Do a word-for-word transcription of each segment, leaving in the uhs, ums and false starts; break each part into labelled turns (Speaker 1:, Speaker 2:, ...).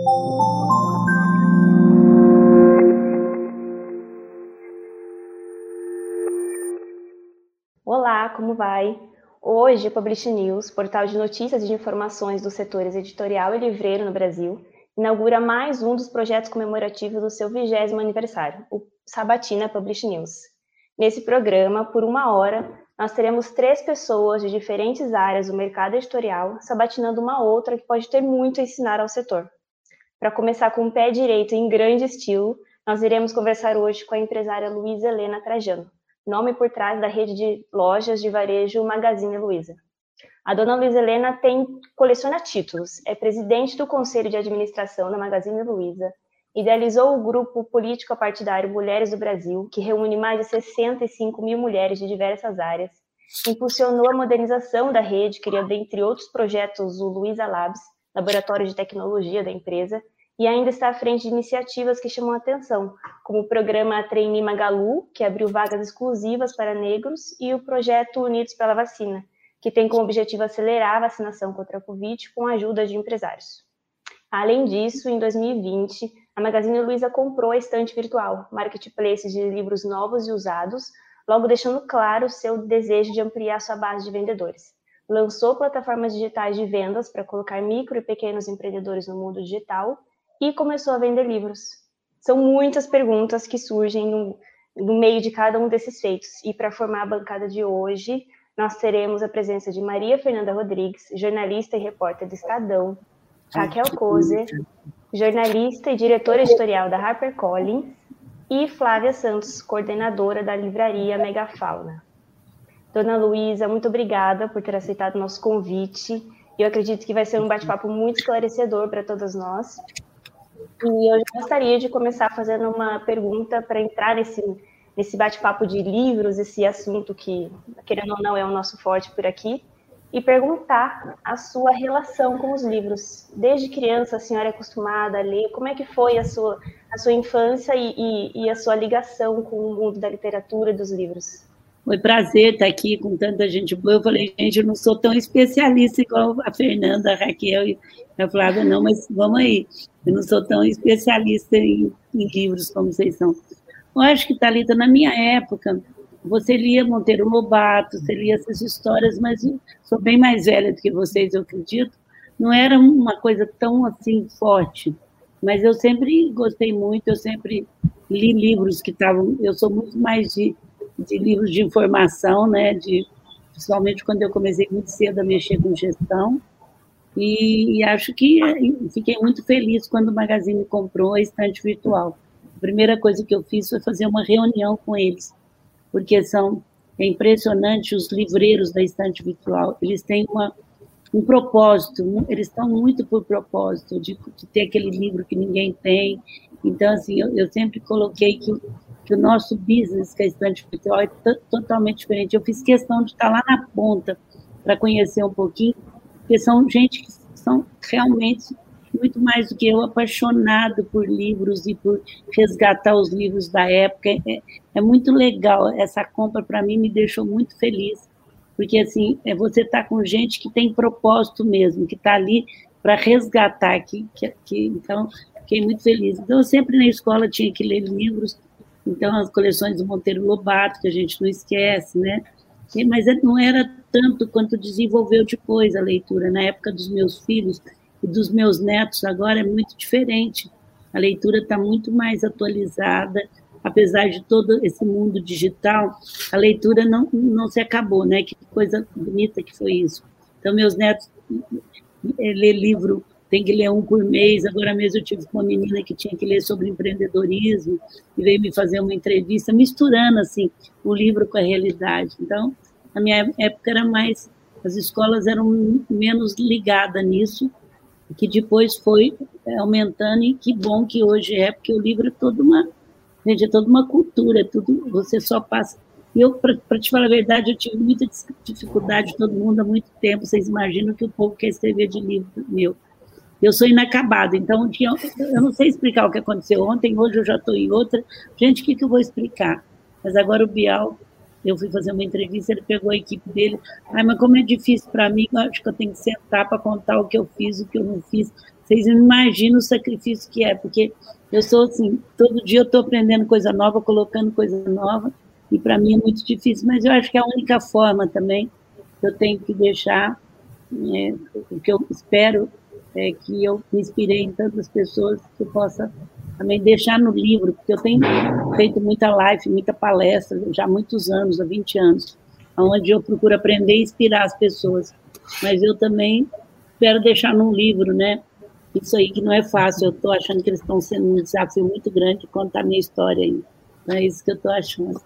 Speaker 1: Olá, como vai? Hoje, o Publish News, portal de notícias e de informações dos setores editorial e livreiro no Brasil, inaugura mais um dos projetos comemorativos do seu vigésimo aniversário, o Sabatina Publish News. Nesse programa, por uma hora, nós teremos três pessoas de diferentes áreas do mercado editorial sabatinando uma outra que pode ter muito a ensinar ao setor. Para começar com o pé direito em grande estilo, nós iremos conversar hoje com a empresária Luísa Helena Trajano, nome por trás da rede de lojas de varejo Magazine Luiza. A dona Luísa Helena tem, coleciona títulos, é presidente do Conselho de Administração da Magazine Luiza, idealizou o grupo político-partidário Mulheres do Brasil, que reúne mais de sessenta e cinco mil mulheres de diversas áreas, impulsionou a modernização da rede, criando, entre outros projetos, o Luiza Labs, laboratório de tecnologia da empresa, e ainda está à frente de iniciativas que chamam a atenção, como o programa Trainee Magalu, que abriu vagas exclusivas para negros, e o projeto Unidos pela Vacina, que tem como objetivo acelerar a vacinação contra a Covid com a ajuda de empresários. Além disso, em dois mil e vinte, a Magazine Luiza comprou a Estante Virtual, marketplace de livros novos e usados, logo deixando claro o seu desejo de ampliar sua base de vendedores. Lançou plataformas digitais de vendas para colocar micro e pequenos empreendedores no mundo digital, e começou a vender livros. São muitas perguntas que surgem no, no meio de cada um desses feitos. E para formar a bancada de hoje, nós teremos a presença de Maria Fernanda Rodrigues, jornalista e repórter do Estadão, Raquel Kozer, jornalista e diretora editorial da HarperCollins, e Flávia Santos, coordenadora da livraria Megafauna. Dona Luísa, muito obrigada por ter aceitado o nosso convite. Eu acredito que vai ser um bate-papo muito esclarecedor para todas nós. E eu gostaria de começar fazendo uma pergunta para entrar nesse, nesse bate-papo de livros, esse assunto que, querendo ou não, é o nosso forte por aqui, e perguntar a sua relação com os livros. Desde criança, a senhora é acostumada a ler, como é que foi a sua, a sua infância e, e, e a sua ligação com o mundo da literatura e dos livros?
Speaker 2: Foi prazer estar aqui com tanta gente boa. Eu falei, gente, eu não sou tão especialista igual a Fernanda, a Raquel e a Flávia, não, mas vamos aí. Eu não sou tão especialista em, em livros como vocês são. Eu acho que, Thalita, na minha época, você lia Monteiro Lobato, você lia essas histórias, mas eu sou bem mais velha do que vocês, eu acredito. Não era uma coisa tão, assim, forte. Mas eu sempre gostei muito, eu sempre li livros que estavam... Eu sou muito mais de... de livros de informação, né, de, principalmente quando eu comecei muito cedo a mexer com gestão, e, e acho que fiquei muito feliz quando o Magazine comprou a Estante Virtual. A primeira coisa que eu fiz foi fazer uma reunião com eles, porque são, é impressionante os livreiros da Estante Virtual, eles têm uma, um propósito, eles estão muito por propósito, de, de ter aquele livro que ninguém tem. Então, assim, eu, eu sempre coloquei que que o nosso business, que é a Estante Virtual, é t- totalmente diferente. Eu fiz questão de estar lá na ponta para conhecer um pouquinho, porque são gente que são realmente muito mais do que eu, apaixonado por livros e por resgatar os livros da época. É, é muito legal. Essa compra, para mim, me deixou muito feliz, porque assim, é você estar com gente que tem propósito mesmo, que está ali para resgatar. Que, que, que, então, fiquei muito feliz. Então, eu sempre na escola tinha que ler livros. Então, as coleções do Monteiro Lobato, que a gente não esquece, né? Mas não era tanto quanto desenvolveu depois a leitura. Na época dos meus filhos e dos meus netos, agora é muito diferente. A leitura está muito mais atualizada, apesar de todo esse mundo digital, a leitura não, não se acabou, né? Que coisa bonita que foi isso. Então, meus netos lê livro... tem que ler um por mês. Agora mesmo eu tive uma menina que tinha que ler sobre empreendedorismo e veio me fazer uma entrevista, misturando assim, o livro com a realidade. Então, na minha época era mais... As escolas eram menos ligadas nisso, que depois foi aumentando, e que bom que hoje é, porque o livro é toda uma... Gente, é toda uma cultura, é tudo, você só passa... E eu, para te falar a verdade, eu tive muita dificuldade, todo mundo há muito tempo. Vocês imaginam que o povo quer escrever de livro meu. Eu sou inacabada, então eu não sei explicar o que aconteceu ontem, hoje eu já estou em outra. Gente, o que, que eu vou explicar? Mas agora o Bial, eu fui fazer uma entrevista, ele pegou a equipe dele. Ai, mas como é difícil para mim, eu acho que eu tenho que sentar para contar o que eu fiz, o que eu não fiz. vocês não imaginam o sacrifício que é, porque eu sou assim, todo dia eu estou aprendendo coisa nova, colocando coisa nova, e para mim é muito difícil, mas eu acho que é a única forma também que eu tenho que deixar, é, o que eu espero é que eu me inspirei em tantas pessoas que eu possa também deixar no livro, porque eu tenho feito muita live, muita palestra, já há muitos anos, há vinte anos, onde eu procuro aprender e inspirar as pessoas, mas eu também espero deixar num livro, né? Isso aí que não é fácil, eu estou achando que eles estão sendo um desafio muito grande de contar a minha história aí, então é isso que eu estou achando.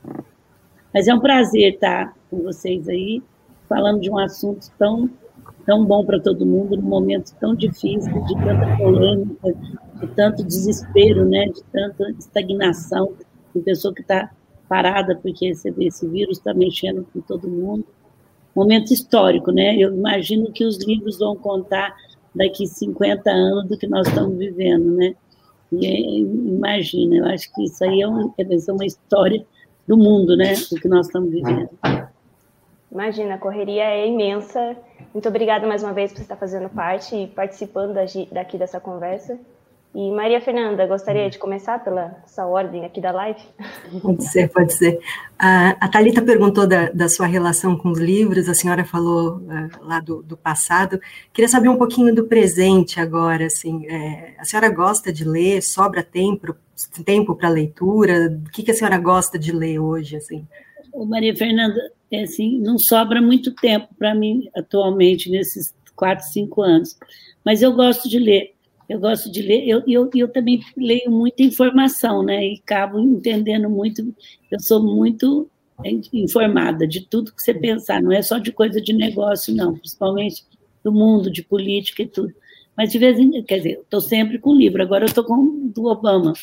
Speaker 2: Mas é um prazer estar com vocês aí, falando de um assunto tão, tão bom para todo mundo, num momento tão difícil, de tanta polêmica, de tanto desespero, né? De tanta estagnação, de pessoa que está parada porque esse, esse vírus está mexendo com todo mundo. Momento histórico, né? Eu imagino que os livros vão contar daqui cinquenta anos do que nós estamos vivendo, né? E, imagina, eu acho que isso aí é, um, é uma história do mundo, né? O que nós estamos vivendo.
Speaker 1: Imagina, a correria é imensa. Muito obrigada mais uma vez por você estar fazendo parte e participando daqui dessa conversa. E Maria Fernanda, gostaria de começar pela essa ordem aqui da live?
Speaker 3: Pode ser, pode ser. A, a Thalita perguntou da, da sua relação com os livros, a senhora falou uh, lá do, do passado. Queria saber um pouquinho do presente agora, assim. É, a senhora gosta de ler? Sobra tempo, tempo para leitura? O que, que a senhora gosta de ler hoje, assim?
Speaker 2: Ô, Maria Fernanda, é assim, não sobra muito tempo para mim atualmente, nesses quatro, cinco anos. Mas eu gosto de ler. Eu gosto de ler, eu, eu, eu também leio muita informação, né, e acabo entendendo muito, eu sou muito informada de tudo que você pensar, não é só de coisa de negócio, não, principalmente do mundo, de política e tudo, mas de vez em quando, quer dizer, eu estou sempre com livro, agora eu estou com do Obama,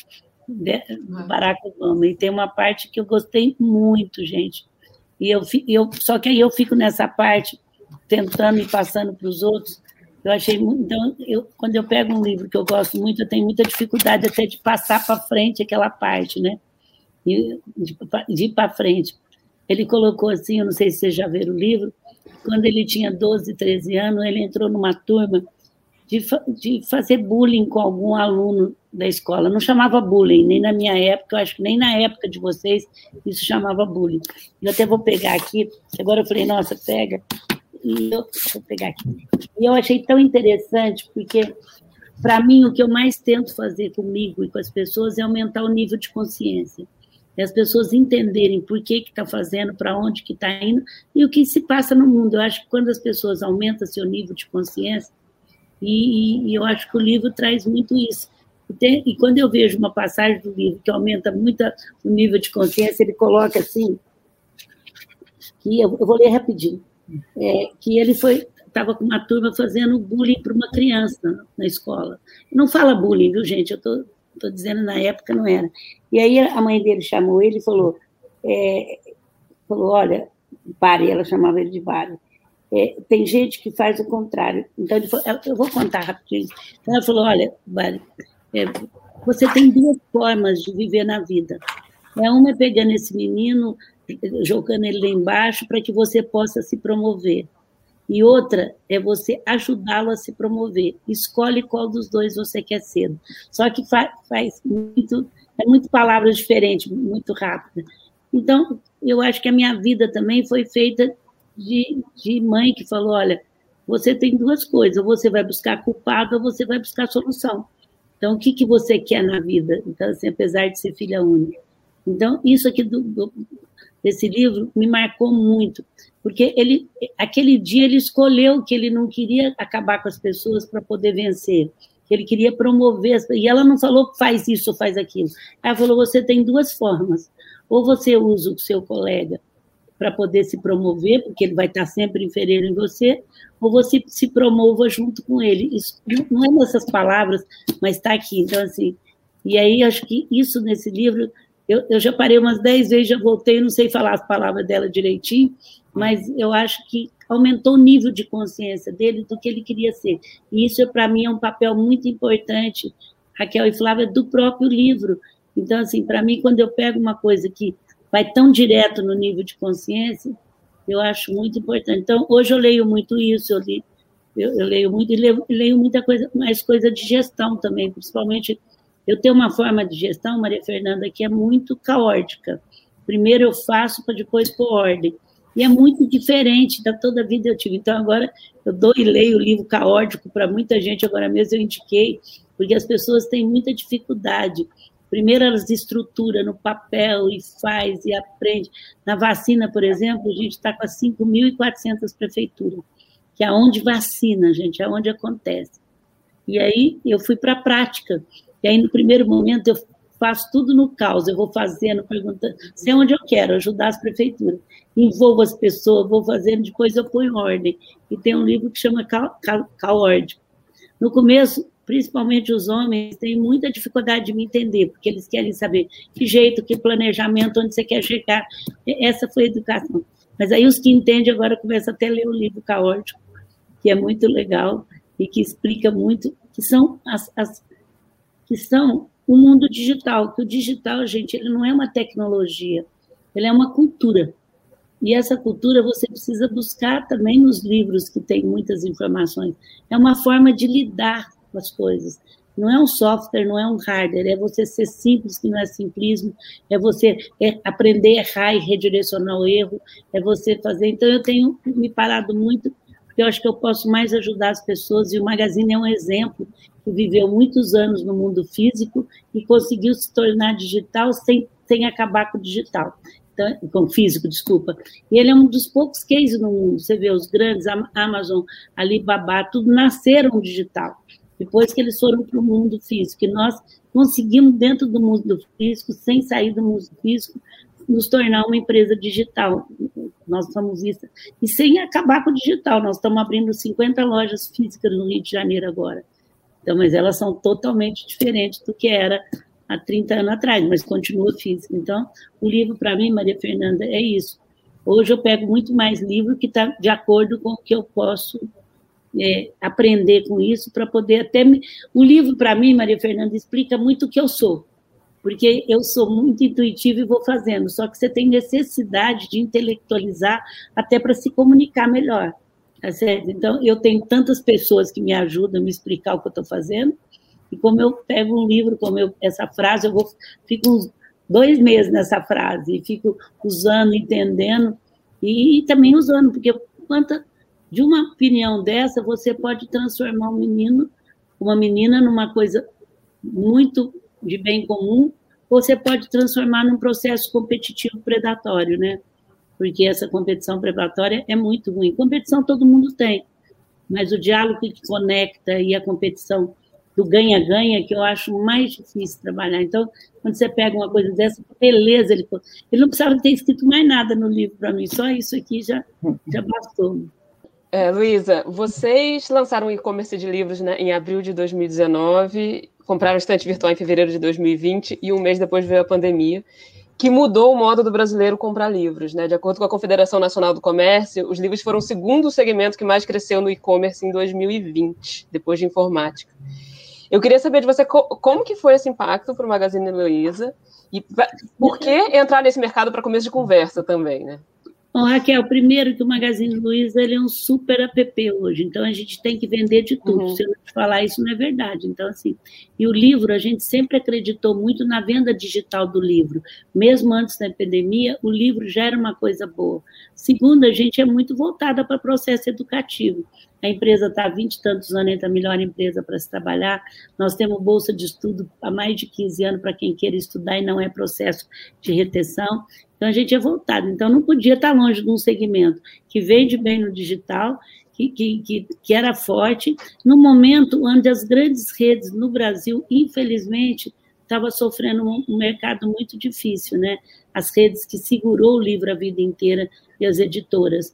Speaker 2: do Barack Obama, e tem uma parte que eu gostei muito, gente, e eu, eu, só que aí eu fico nessa parte, tentando e passando para os outros. Eu achei muito, então, eu, quando eu pego um livro que eu gosto muito, eu tenho muita dificuldade até de passar para frente aquela parte, né? E de, de ir para frente. Ele colocou assim, eu não sei se vocês já viram o livro, quando ele tinha doze, treze anos, ele entrou numa turma de, de fazer bullying com algum aluno da escola. Não chamava bullying, nem na minha época, eu acho que nem na época de vocês isso chamava bullying. Eu até vou pegar aqui, agora eu falei, nossa, pega... E eu, deixa eu pegar aqui. E eu achei tão interessante, porque, para mim, o que eu mais tento fazer comigo e com as pessoas é aumentar o nível de consciência. E as pessoas entenderem por que está fazendo, para onde que está indo, e o que se passa no mundo. Eu acho que quando as pessoas aumentam seu nível de consciência, e, e, e eu acho que o livro traz muito isso. E, tem, e quando eu vejo uma passagem do livro que aumenta muito o nível de consciência, ele coloca assim, que eu, eu vou ler rapidinho. É, que ele foi estava com uma turma fazendo bullying para uma criança na escola. Não fala bullying, viu, gente? Eu estou tô, tô dizendo, na época não era. E aí a mãe dele chamou ele e falou, é, falou, olha, Bari, ela chamava ele de Bari, é, tem gente que faz o contrário. Então, ele falou, eu vou contar rapidinho. Então, ela falou, olha, Bari, é, você tem duas formas de viver na vida. É, uma é pegando esse menino, jogando ele lá embaixo para que você possa se promover. E outra é você ajudá-lo a se promover. Escolhe qual dos dois você quer ser. Só que faz, faz muito, é muito palavras diferentes, muito rápido. Então, eu acho que a minha vida também foi feita de, de mãe que falou, olha, você tem duas coisas, ou você vai buscar culpado ou você vai buscar solução. Então, o que, que você quer na vida? Então, assim, apesar de ser filha única. Então, isso aqui do, do, desse livro me marcou muito, porque ele, aquele dia ele escolheu que ele não queria acabar com as pessoas para poder vencer, que ele queria promover, as, e ela não falou faz isso ou faz aquilo, ela falou, você tem duas formas, ou você usa o seu colega para poder se promover, porque ele vai estar sempre inferior em você, ou você se promova junto com ele. Isso não é nessas palavras, mas está aqui. Então, assim, e aí acho que isso nesse livro, eu, eu já parei umas dez vezes, já voltei, não sei falar as palavras dela direitinho, mas eu acho que aumentou o nível de consciência dele do que ele queria ser. E isso, para mim, é um papel muito importante, Raquel e Flávia, do próprio livro. Então, assim, para mim, quando eu pego uma coisa que vai tão direto no nível de consciência, eu acho muito importante. Então, hoje eu leio muito isso, eu li eu, eu leio muito, e leio, leio muita coisa, mais coisa de gestão também, principalmente, eu tenho uma forma de gestão, Maria Fernanda, que é muito caótica. Primeiro eu faço para depois pôr ordem. E é muito diferente da toda a vida eu tive. Então, agora, eu dou e leio o livro caótico para muita gente, agora mesmo eu indiquei, porque as pessoas têm muita dificuldade. Primeiro, elas estruturam no papel e faz e aprende. Na vacina, por exemplo, a gente está com as cinco mil e quatrocentas prefeituras, que é onde vacina, gente, é onde acontece. E aí, eu fui para a prática. E aí, no primeiro momento, eu faço tudo no caos, eu vou fazendo, perguntando, sei onde eu quero, ajudar as prefeituras. Envolvo as pessoas, vou fazendo, depois eu ponho ordem. E tem um livro que chama Caótico. No começo, principalmente os homens, têm muita dificuldade de me entender, porque eles querem saber que jeito, que planejamento, onde você quer chegar. Essa foi a educação. Mas aí os que entendem agora começam até a ler o livro Caótico, que é muito legal e que explica muito, que são as, as que são o mundo digital, que o digital, gente, ele não é uma tecnologia, ele é uma cultura. E essa cultura você precisa buscar também nos livros que tem muitas informações. É uma forma de lidar com as coisas. Não é um software, não é um hardware, é você ser simples, que não é simplismo, é você aprender a errar e redirecionar o erro, é você fazer... Então, eu tenho me parado muito, porque eu acho que eu posso mais ajudar as pessoas, e o Magazine é um exemplo que viveu muitos anos no mundo físico e conseguiu se tornar digital sem, sem acabar com o digital. Então, com o físico, desculpa. E ele é um dos poucos cases no mundo. Você vê, os grandes, Amazon, Alibaba, tudo nasceram digital, depois que eles foram para o mundo físico. E nós conseguimos, dentro do mundo físico, sem sair do mundo físico, nos tornar uma empresa digital. Nós somos isso. E sem acabar com o digital. Nós estamos abrindo cinquenta lojas físicas no Rio de Janeiro agora. Então, mas elas são totalmente diferentes do que era há trinta anos atrás, mas continua físico. Então, o livro, para mim, Maria Fernanda, é isso. Hoje eu pego muito mais livro que está de acordo com o que eu posso é, aprender com isso, para poder até... Me... O livro, para mim, Maria Fernanda, explica muito o que eu sou, porque eu sou muito intuitiva e vou fazendo, só que você tem necessidade de intelectualizar até para se comunicar melhor. Tá certo? Então, eu tenho tantas pessoas que me ajudam a me explicar o que eu estou fazendo, e como eu pego um livro, como eu, essa frase, eu vou, fico uns dois meses nessa frase, e fico usando, entendendo, e, e também usando, porque quanta, de uma opinião dessa, você pode transformar um menino, uma menina, numa coisa muito de bem comum, ou você pode transformar num processo competitivo predatório, né? Porque essa competição predatória é muito ruim. Competição todo mundo tem, mas o diálogo que conecta e a competição do ganha-ganha, que eu acho mais difícil trabalhar. Então, quando você pega uma coisa dessa, beleza, ele, ele não precisava ter escrito mais nada no livro para mim, só isso aqui já, já bastou.
Speaker 4: É, Luísa, vocês lançaram um e-commerce de livros, né, em abril de dois mil e dezenove, compraram estante virtual em fevereiro de dois mil e vinte, e um mês depois veio a pandemia, que mudou o modo do brasileiro comprar livros, né? De acordo com a Confederação Nacional do Comércio, os livros foram o segundo segmento que mais cresceu no e-commerce em dois mil e vinte, depois de informática. Eu queria saber de você como que foi esse impacto para o Magazine Luiza e por que entrar nesse mercado para começo de conversa também, né?
Speaker 2: Bom, Raquel, primeiro que o Magazine Luiza ele é um super app hoje, então a gente tem que vender de tudo. Uhum. Se eu não te falar isso, não é verdade. Então, assim, e o livro, a gente sempre acreditou muito na venda digital do livro. Mesmo antes da pandemia, o livro já era uma coisa boa. Segundo, a gente é muito voltada para o processo educativo. A empresa está há vinte e tantos anos, entre a melhor empresa para se trabalhar. Nós temos bolsa de estudo há mais de quinze anos para quem queira estudar e não é processo de retenção. Então, a gente é voltado. Então, não podia estar longe de um segmento que vende bem no digital, que, que, que, que era forte, no momento onde as grandes redes no Brasil, infelizmente, estavam sofrendo um, um mercado muito difícil, né? As redes que segurou o livro a vida inteira e as editoras.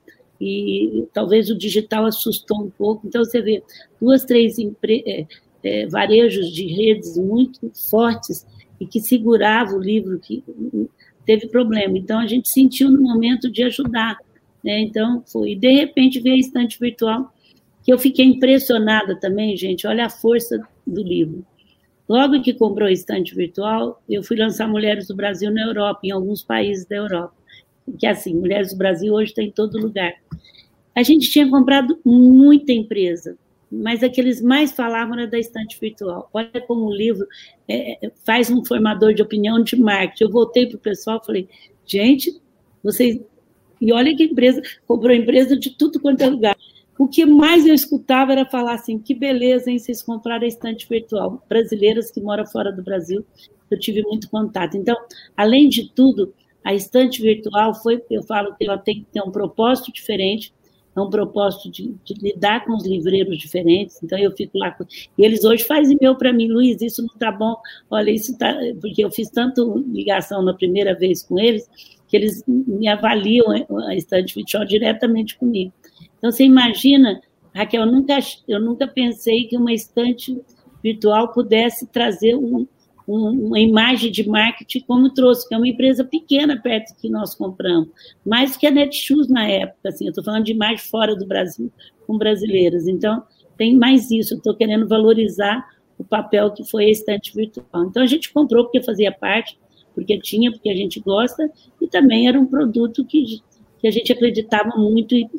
Speaker 2: E talvez o digital assustou um pouco. Então, você vê duas, três empre... é, é, varejos de redes muito fortes e que seguravam o livro, que teve problema. Então, a gente sentiu no momento de ajudar, né? Então, foi. E, de repente, veio a estante virtual, que eu fiquei impressionada também, gente. Olha a força do livro. Logo que comprou a estante virtual, eu fui lançar Mulheres do Brasil na Europa, em alguns países da Europa. Que, assim, Mulheres do Brasil hoje está em todo lugar. A gente tinha comprado muita empresa, mas a que eles mais falavam era da estante virtual. Olha como o livro é, faz um formador de opinião de marketing. Eu voltei para o pessoal e falei, gente, vocês... E olha que empresa, comprou empresa de tudo quanto é lugar. O que mais eu escutava era falar assim, que beleza, hein, vocês compraram a estante virtual. Brasileiras que moram fora do Brasil, eu tive muito contato. Então, além de tudo, a estante virtual foi, eu falo que ela tem que ter um propósito diferente, é um propósito de, de lidar com os livreiros diferentes, então eu fico lá, com... e eles hoje fazem e-mail para mim, Luiz, isso não está bom, olha, isso está, porque eu fiz tanto ligação na primeira vez com eles, que eles me avaliam a estante virtual diretamente comigo. Então, você imagina, Raquel, eu nunca, eu nunca pensei que uma estante virtual pudesse trazer um, um, uma imagem de marketing como trouxe, que é uma empresa pequena perto que nós compramos, mais que a Netshoes na época, assim, eu estou falando de imagem fora do Brasil, com brasileiras. Então, tem mais isso, eu estou querendo valorizar o papel que foi a estante virtual. Então, a gente comprou porque fazia parte, porque tinha, porque a gente gosta, e também era um produto que, que a gente acreditava muito, e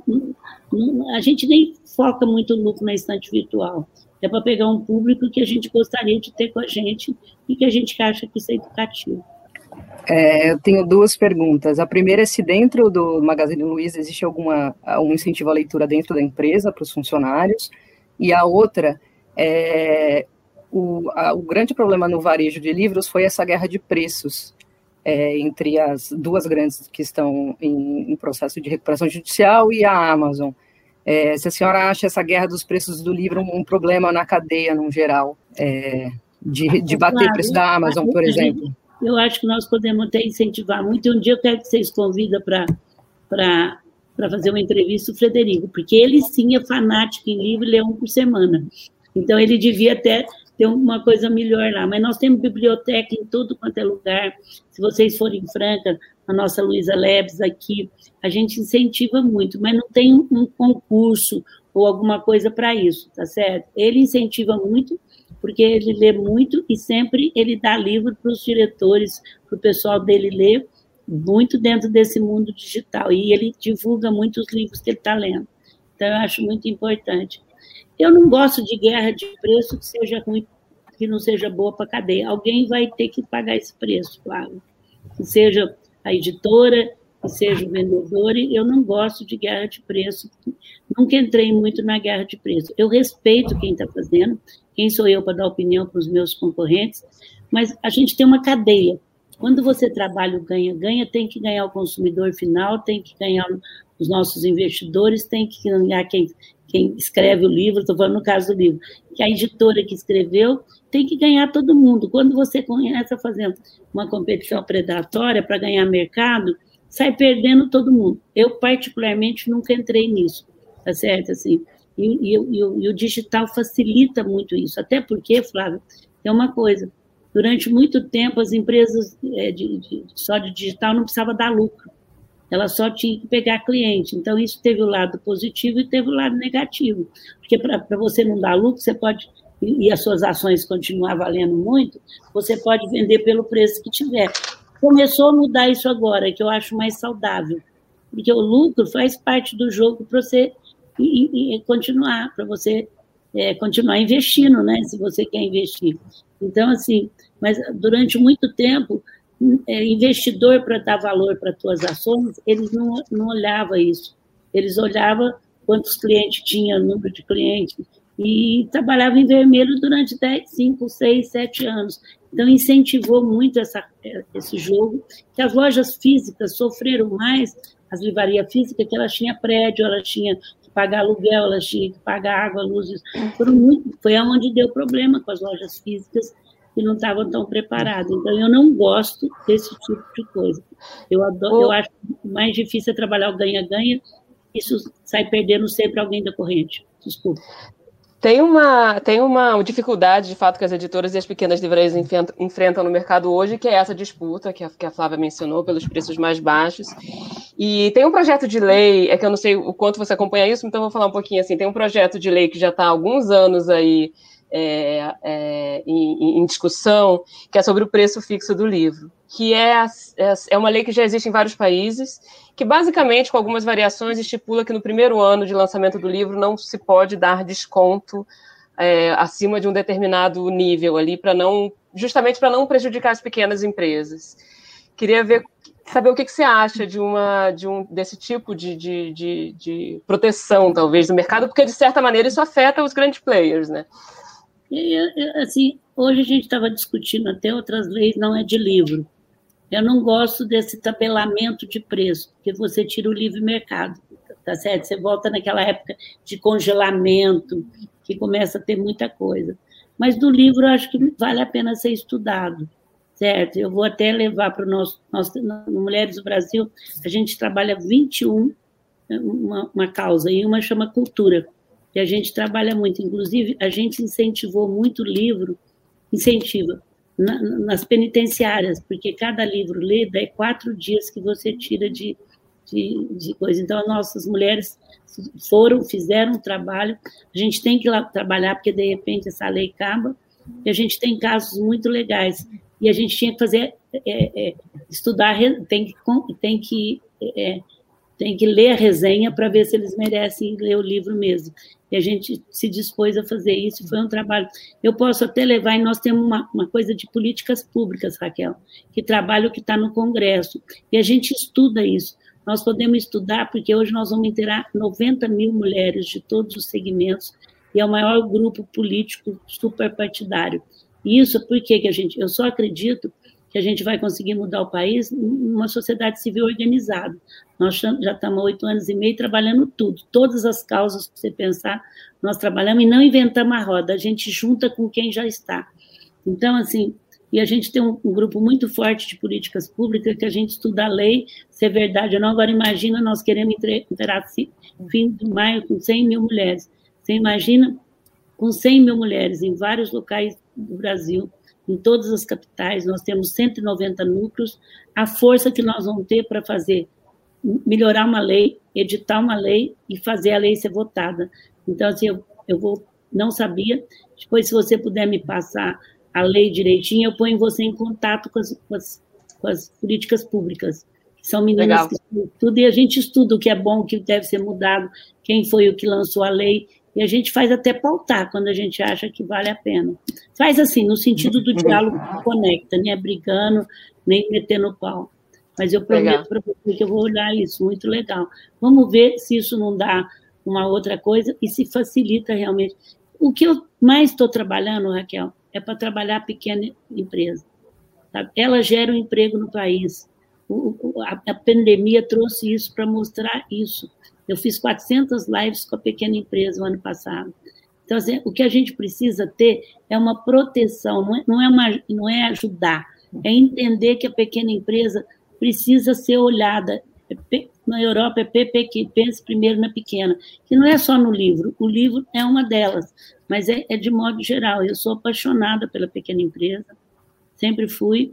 Speaker 2: a gente nem foca muito no lucro na estante virtual, é para pegar um público que a gente gostaria de ter com a gente e que a gente acha que isso é educativo.
Speaker 5: É, eu tenho duas perguntas. A primeira é se dentro do Magazine Luiza existe alguma um incentivo à leitura dentro da empresa para os funcionários, e a outra é o, a, o grande problema no varejo de livros foi essa guerra de preços é, entre as duas grandes que estão em, em processo de recuperação judicial e a Amazon. É, se a senhora acha essa guerra dos preços do livro um, um problema na cadeia, no geral, é, de, de bater
Speaker 2: claro,
Speaker 5: o preço da Amazon, por exemplo?
Speaker 2: Eu acho que nós podemos até incentivar muito, e um dia eu quero que vocês convidem para fazer uma entrevista o Frederico, porque ele sim é fanático em livro e lê um por semana. Então, ele devia até ter uma coisa melhor lá. Mas nós temos biblioteca em tudo quanto é lugar. Se vocês forem em Franca, a nossa Luiza Labs aqui, a gente incentiva muito, mas não tem um concurso ou alguma coisa para isso, tá certo? Ele incentiva muito, porque ele lê muito e sempre ele dá livro para os diretores, para o pessoal dele ler, muito dentro desse mundo digital, e ele divulga muito os livros que ele está lendo. Então, eu acho muito importante. Eu não gosto de guerra de preço que seja ruim, que não seja boa para a cadeia. Alguém vai ter que pagar esse preço, claro. Que seja a editora, que seja o vendedor, e eu não gosto de guerra de preço. Nunca entrei muito na guerra de preço. Eu respeito quem está fazendo, quem sou eu para dar opinião para os meus concorrentes, mas a gente tem uma cadeia. Quando você trabalha o ganha-ganha, tem que ganhar o consumidor final, tem que ganhar os nossos investidores, tem que ganhar quem, quem escreve o livro, estou falando no caso do livro, que a editora que escreveu tem que ganhar todo mundo. Quando você começa fazendo uma competição predatória para ganhar mercado, sai perdendo todo mundo. Eu, particularmente, nunca entrei nisso, tá certo? Assim, e, e, e, e o digital facilita muito isso, até porque, Flávio, tem uma coisa, durante muito tempo as empresas é, de, de, só de digital não precisavam dar lucro, ela só tinha que pegar cliente, então isso teve o lado positivo e teve o lado negativo, porque para você não dar lucro, você pode, e, e as suas ações continuar valendo muito, você pode vender pelo preço que tiver. Começou a mudar isso agora, que eu acho mais saudável, porque o lucro faz parte do jogo para você e, e continuar, para você é, continuar investindo, né, se você quer investir. Então, assim, mas durante muito tempo, é, investidor para dar valor para as suas ações, eles não, não olhavam isso, eles olhavam quantos clientes tinha, número de clientes, e trabalhavam em vermelho durante dez, cinco, seis, sete anos. Então, incentivou muito essa, esse jogo, que as lojas físicas sofreram mais, as livrarias físicas, que elas tinham prédio, elas tinham que pagar aluguel, elas tinham que pagar água, luzes, foram muito, foi onde deu problema com as lojas físicas, que não estavam tão preparadas. Então, eu não gosto desse tipo de coisa. Eu, adoro, eu acho mais difícil é trabalhar o ganha-ganha, isso sai perdendo sempre alguém da corrente. Desculpa.
Speaker 4: Tem uma, tem uma dificuldade, de fato, que as editoras e as pequenas livrarias enfrentam no mercado hoje, que é essa disputa que a, que a Flávia mencionou, pelos preços mais baixos. E tem um projeto de lei, é que eu não sei o quanto você acompanha isso, então vou falar um pouquinho assim, tem um projeto de lei que já está há alguns anos aí é, é, em, em discussão, que é sobre o preço fixo do livro, que é, é uma lei que já existe em vários países, que basicamente, com algumas variações, estipula que no primeiro ano de lançamento do livro não se pode dar desconto é, acima de um determinado nível ali, para não, justamente para não prejudicar as pequenas empresas. Queria ver, saber o que, que você acha de, uma, de um, desse tipo de, de, de, de proteção, talvez, do mercado, porque, de certa maneira, isso afeta os grandes players, né?
Speaker 2: Assim, hoje a gente estava discutindo até outras leis, não é de livro. Eu não gosto desse tabelamento de preço, porque você tira o livre mercado, tá certo? Você volta naquela época de congelamento, que começa a ter muita coisa. Mas do livro eu acho que vale a pena ser estudado, certo? Eu vou até levar para o nosso, nosso... No Mulheres do Brasil, a gente trabalha vinte e um, uma, uma causa, e uma chama cultura, que a gente trabalha muito. Inclusive, a gente incentivou muito o livro, incentiva, na, nas penitenciárias, porque cada livro lido é quatro dias que você tira de, de, de coisa. Então, nossas mulheres foram, fizeram um trabalho, a gente tem que ir lá trabalhar, porque, de repente, essa lei acaba, e a gente tem casos muito legais, e a gente tinha que fazer, é, é, estudar, tem que... Tem que é, tem que ler a resenha para ver se eles merecem ler o livro mesmo. E a gente se dispôs a fazer isso, foi um trabalho. Eu posso até levar, e nós temos uma, uma coisa de políticas públicas, Raquel, que trabalho que está no Congresso, e a gente estuda isso. Nós podemos estudar, porque hoje nós vamos inteirar noventa mil mulheres de todos os segmentos, e é o maior grupo político superpartidário. E isso porque que a gente, eu só acredito que a gente vai conseguir mudar o país numa sociedade civil organizada. Nós já estamos há oito anos e meio trabalhando tudo, todas as causas que você pensar, nós trabalhamos e não inventamos a roda, a gente junta com quem já está. Então, assim, e a gente tem um, um grupo muito forte de políticas públicas que a gente estuda a lei, se é verdade ou não. Agora, imagina, nós queremos interar fim de maio com cem mil mulheres. Você imagina, com cem mil mulheres em vários locais do Brasil, em todas as capitais, nós temos cento e noventa núcleos, a força que nós vamos ter para fazer, melhorar uma lei, editar uma lei e fazer a lei ser votada. Então, assim, eu, eu vou, não sabia, depois se você puder me passar a lei direitinho, eu ponho você em contato com as, com as, com as políticas públicas, que são meninas Legal. Que estudam tudo, e a gente estuda o que é bom, o que deve ser mudado, quem foi o que lançou a lei, e a gente faz até pautar quando a gente acha que vale a pena. Faz assim, no sentido do diálogo que conecta, nem é brigando, nem metendo pau. Mas eu prometo para você que eu vou olhar isso, muito legal. Vamos ver se isso não dá uma outra coisa e se facilita realmente. O que eu mais estou trabalhando, Raquel, é para trabalhar a pequena empresa. Sabe? Ela gera um emprego no país. O, a, a pandemia trouxe isso para mostrar isso. Eu fiz quatrocentas lives com a pequena empresa no ano passado. Então, assim, o que a gente precisa ter é uma proteção, não é, não é, uma, não é ajudar, é entender que a pequena empresa precisa ser olhada. Na Europa é P P Q, pense primeiro na pequena, que não é só no livro, o livro é uma delas, mas é, é de modo geral. Eu sou apaixonada pela pequena empresa, sempre fui,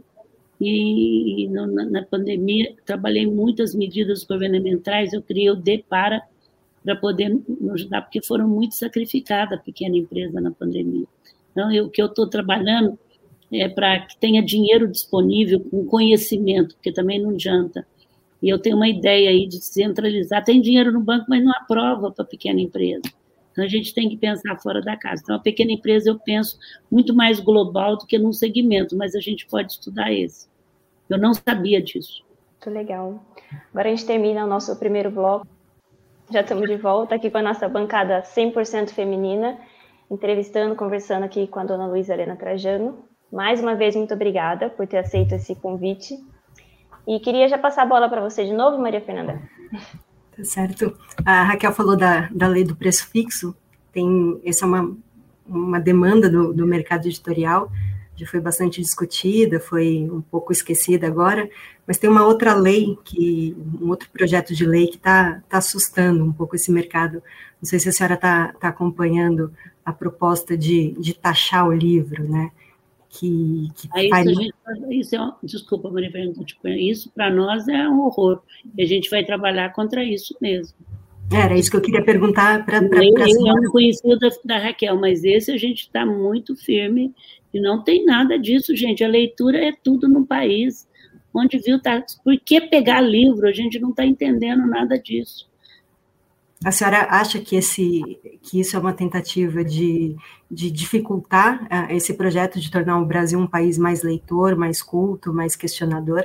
Speaker 2: e no, na, na pandemia trabalhei muitas medidas governamentais, eu criei o DEPARA para poder nos ajudar, porque foram muito sacrificadas a pequena empresa na pandemia. Então, eu, o que eu estou trabalhando é para que tenha dinheiro disponível com conhecimento, porque também não adianta. E eu tenho uma ideia aí de descentralizar. Tem dinheiro no banco, mas não aprova para a pequena empresa. Então, a gente tem que pensar fora da casa. Então, a pequena empresa, eu penso muito mais global do que num segmento, mas a gente pode estudar esse. Eu não sabia disso.
Speaker 1: Muito legal. Agora a gente termina o nosso primeiro bloco. Já estamos de volta aqui com a nossa bancada cem por cento feminina, entrevistando, conversando aqui com a dona Luísa Helena Trajano. Mais uma vez, muito obrigada por ter aceito esse convite. E queria já passar a bola para você de novo, Maria Fernanda.
Speaker 3: Tá certo. A Raquel falou da, da lei do preço fixo. Tem, essa é uma, uma demanda do, do mercado editorial, já foi bastante discutida, foi um pouco esquecida agora, mas tem uma outra lei, que, um outro projeto de lei que está tá assustando um pouco esse mercado. Não sei se a senhora está tá acompanhando a proposta de, de taxar o livro, né? Que, que
Speaker 2: isso,
Speaker 3: faz...
Speaker 2: gente, isso é um, desculpa, Maria Fernanda, isso para nós é um horror, e a gente vai trabalhar contra isso mesmo.
Speaker 3: Era isso que eu queria perguntar para
Speaker 2: pra, eu, pra eu não conhecia o da, da Raquel, mas esse a gente está muito firme e não tem nada disso, gente. A leitura é tudo no país. Onde viu, tá. Por que pegar livro? A gente não está entendendo nada disso.
Speaker 3: A senhora acha que, esse, que isso é uma tentativa de, de dificultar uh, esse projeto de tornar o Brasil um país mais leitor, mais culto, mais questionador?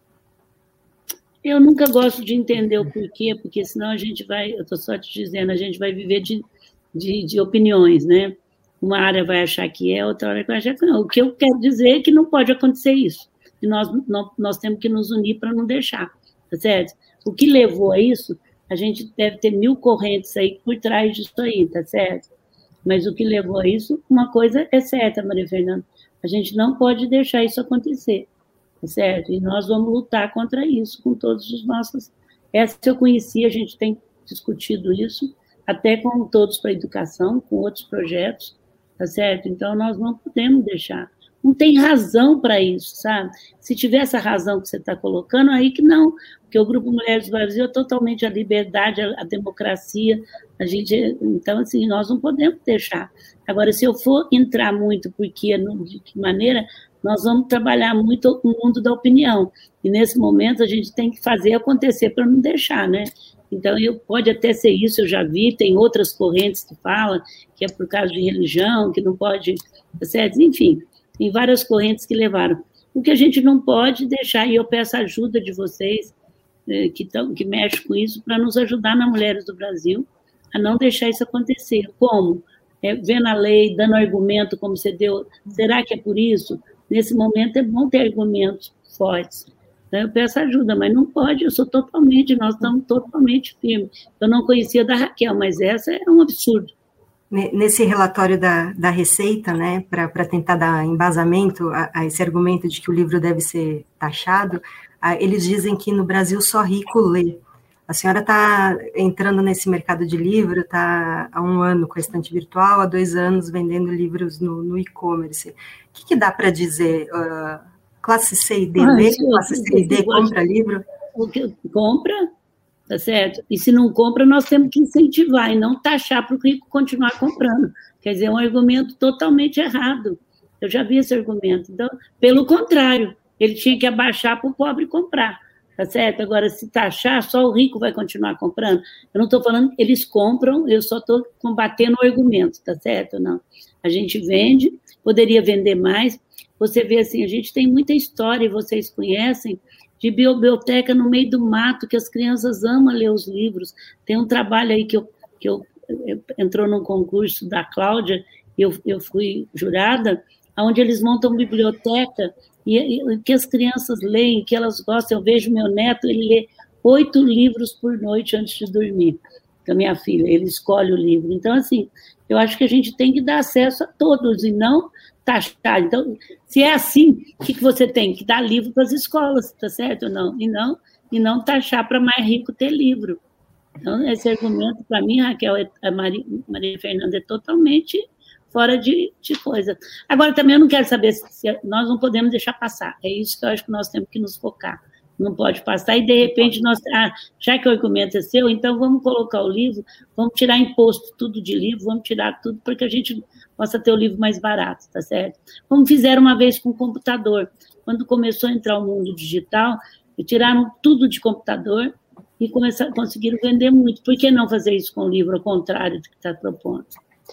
Speaker 2: Eu nunca gosto de entender o porquê, porque senão a gente vai, eu estou só te dizendo, a gente vai viver de, de, de opiniões, né? Uma área vai achar que é, outra área vai achar que não. O que eu quero dizer é que não pode acontecer isso. E nós, nós, nós temos que nos unir para não deixar, tá certo? O que levou a isso, a gente deve ter mil correntes aí por trás disso aí, tá certo? Mas o que levou a isso, uma coisa é certa, Maria Fernanda, a gente não pode deixar isso acontecer. Certo? E nós vamos lutar contra isso com todos os nossos... Essa eu conheci, a gente tem discutido isso, até com Todos para a Educação, com outros projetos, tá certo? Então, nós não podemos deixar. Não tem razão para isso, sabe? Se tiver essa razão que você está colocando, aí que não, porque o Grupo Mulheres do Brasil é totalmente a liberdade, a, a democracia, a gente... Então, assim, nós não podemos deixar. Agora, se eu for entrar muito, porque de que maneira... nós vamos trabalhar muito o mundo da opinião, e nesse momento a gente tem que fazer acontecer para não deixar, né? Então, eu, pode até ser isso, eu já vi, tem outras correntes que falam que é por causa de religião, que não pode, certo? Enfim, tem várias correntes que levaram. O que a gente não pode deixar, e eu peço a ajuda de vocês, eh, que, tão, que mexem com isso, para nos ajudar na Mulheres do Brasil, a não deixar isso acontecer. Como? É, vendo a lei, dando argumento, como você deu, será que é por isso? Nesse momento é bom ter argumentos fortes. Então, eu peço ajuda, mas não pode, eu sou totalmente, nós estamos totalmente firmes. Eu não conhecia da Raquel, mas essa é um absurdo.
Speaker 3: Nesse relatório da, da Receita, né, para tentar dar embasamento a, a esse argumento de que o livro deve ser taxado, a, eles dizem que no Brasil só rico lê. A senhora está entrando nesse mercado de livro, está há um ano com a estante virtual, há dois anos vendendo livros no, no e-commerce. O que, que dá para dizer? Uh, classe C e D ah, lê? Classe C e D compra livro?
Speaker 2: O que compra, tá certo? E se não compra, nós temos que incentivar e não taxar para o rico continuar comprando. Quer dizer, é um argumento totalmente errado. Eu já vi esse argumento. Então, pelo contrário, ele tinha que abaixar para o pobre comprar. Tá certo? Agora, se taxar, só o rico vai continuar comprando. Eu não estou falando que eles compram, eu só estou combatendo o argumento, tá certo? Não. A gente vende, poderia vender mais. Você vê assim, a gente tem muita história, e vocês conhecem, de biblioteca no meio do mato, que as crianças amam ler os livros. Tem um trabalho aí que eu, que eu, eu entrou num concurso da Cláudia, e eu, eu fui jurada, onde eles montam biblioteca, e, e que as crianças leem, que elas gostam. Eu vejo meu neto, ele lê oito livros por noite antes de dormir, com a minha filha, ele escolhe o livro. Então, assim, eu acho que a gente tem que dar acesso a todos, e não taxar. Então, se é assim, o que, que você tem? Que dar livro para as escolas, tá certo ou não? E não, e não taxar para mais rico ter livro. Então, esse argumento, para mim, Raquel, a Maria, Maria Fernanda, é totalmente fora de, de coisa. Agora, também eu não quero saber se, se nós não podemos deixar passar. É isso que eu acho que nós temos que nos focar. Não pode passar, e de repente, nós, ah, já que o argumento é seu, então vamos colocar o livro, vamos tirar imposto tudo de livro, vamos tirar tudo, para que a gente possa ter o livro mais barato, tá certo? Como fizeram uma vez com o computador. Quando começou a entrar o mundo digital, tiraram tudo de computador e começaram, conseguiram vender muito. Por que não fazer isso com o livro, ao contrário do que está propondo?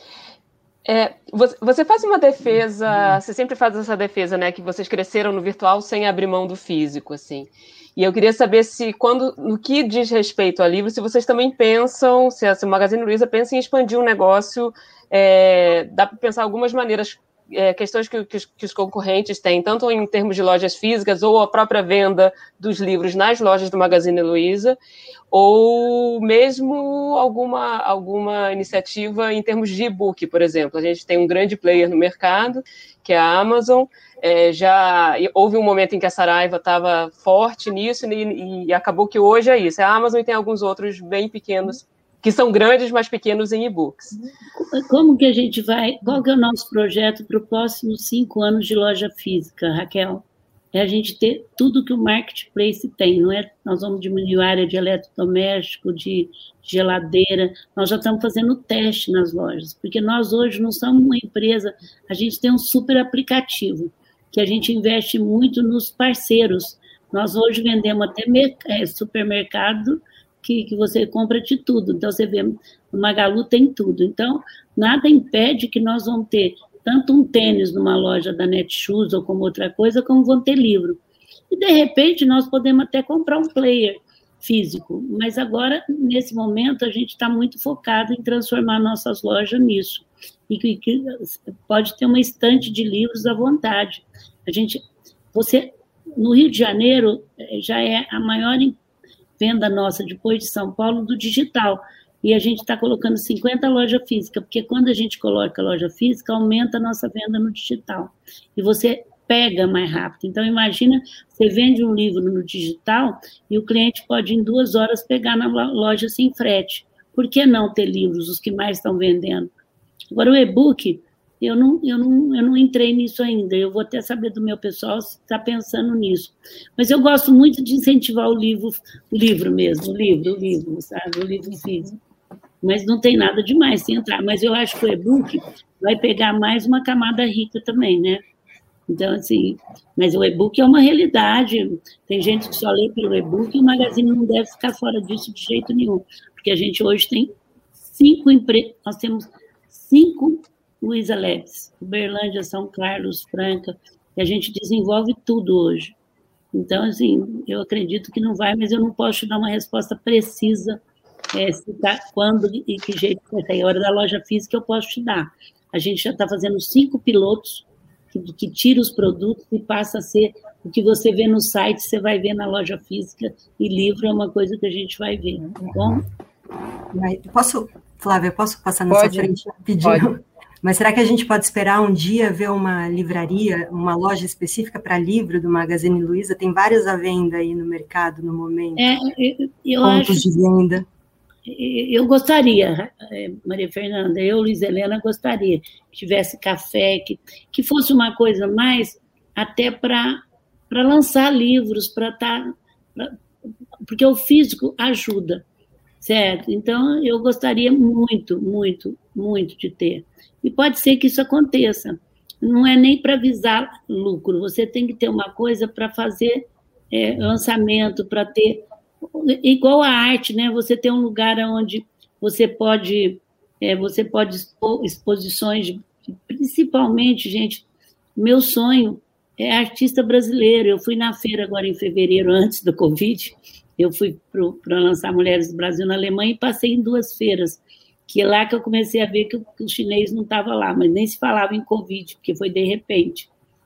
Speaker 4: É, você faz uma defesa, você sempre faz essa defesa, né, que vocês cresceram no virtual sem abrir mão do físico, assim. E eu queria saber se, quando, no que diz respeito a livro, se vocês também pensam, se a Magazine Luiza pensa em expandir um negócio, é, dá para pensar algumas maneiras, é, questões que, que, os, que os concorrentes têm, tanto em termos de lojas físicas ou a própria venda dos livros nas lojas do Magazine Luiza, ou mesmo alguma, alguma iniciativa em termos de e-book, por exemplo. A gente tem um grande player no mercado, que é a Amazon. É, já houve um momento em que a Saraiva estava forte nisso, e, e acabou que hoje é isso. A Amazon, e tem alguns outros bem pequenos, que são grandes, mas pequenos em e-books.
Speaker 2: Como que a gente vai... Qual que é o nosso projeto para os próximos cinco anos de loja física, Raquel? é a gente ter tudo que o marketplace tem, não é? Nós vamos diminuir a área de eletrodoméstico, de geladeira, nós já estamos fazendo teste nas lojas, porque nós hoje não somos uma empresa, a gente tem um super aplicativo, que a gente investe muito nos parceiros. Nós hoje vendemos até é, supermercado, que, que você compra de tudo, então você vê, o Magalu tem tudo, então nada impede que nós vamos ter tanto um tênis numa loja da Netshoes ou como outra coisa, como vão ter livro. E, de repente, nós podemos até comprar um player físico, mas agora, nesse momento, a gente está muito focado em transformar nossas lojas nisso. E que, que pode ter uma estante de livros à vontade. A gente, você, no Rio de Janeiro, já é a maior venda nossa, depois de São Paulo, do digital. E a gente está colocando cinquenta lojas físicas, porque quando a gente coloca a loja física, aumenta a nossa venda no digital. E você pega mais rápido. Então, imagina, você vende um livro no digital e o cliente pode, em duas horas, pegar na loja sem frete. Por que não ter livros, os que mais estão vendendo? Agora, o e-book, eu não, eu, não, eu não entrei nisso ainda. Eu vou até saber do meu pessoal se está pensando nisso. Mas eu gosto muito de incentivar o livro, o livro mesmo, o livro, o livro, sabe? O livro físico. Mas não tem nada demais sem entrar. Mas eu acho que o e-book vai pegar mais uma camada rica também, né? Então, assim, mas o e-book é uma realidade. Tem gente que só lê pelo e-book e o Magazine não deve ficar fora disso de jeito nenhum. Porque a gente hoje tem cinco empresas, nós temos cinco Luiza Labs, Uberlândia, São Carlos, Franca, e a gente desenvolve tudo hoje. Então, assim, eu acredito que não vai, mas eu não posso te dar uma resposta precisa. É, se tá, quando e que jeito vai sair. A hora da loja física eu posso te dar. A gente já está fazendo cinco pilotos que, que tira os produtos e passa a ser o que você vê no site, você vai ver na loja física, e livro é uma coisa que a gente vai ver. Tá bom?
Speaker 3: Posso, Flávia, posso passar na
Speaker 5: pode,
Speaker 3: sua frente rapidinho? Pode. Mas será que a gente pode esperar um dia ver uma livraria, uma loja específica para livro do Magazine Luiza? Tem várias à venda aí no mercado no momento.
Speaker 2: É, eu, eu
Speaker 3: Pontos
Speaker 2: acho...
Speaker 3: de venda.
Speaker 2: Eu gostaria, Maria Fernanda, eu, Luiz Helena, gostaria que tivesse café, que, que fosse uma coisa mais até para lançar livros, para estar... Tá, porque o físico ajuda, certo? Então, eu gostaria muito, muito, muito de ter. E pode ser que isso aconteça. Não é nem para visar lucro, você tem que ter uma coisa para fazer é, lançamento, para ter... Igual a arte, né? Você tem um lugar onde você pode, é, você pode expor exposições, de, principalmente, gente, meu sonho é artista brasileiro. Eu fui na feira agora em fevereiro, antes do Covid, eu fui para lançar Mulheres do Brasil na Alemanha e passei em duas feiras, que é lá que eu comecei a ver que o, que o chinês não estava lá, mas nem se falava em Covid, porque foi de repente.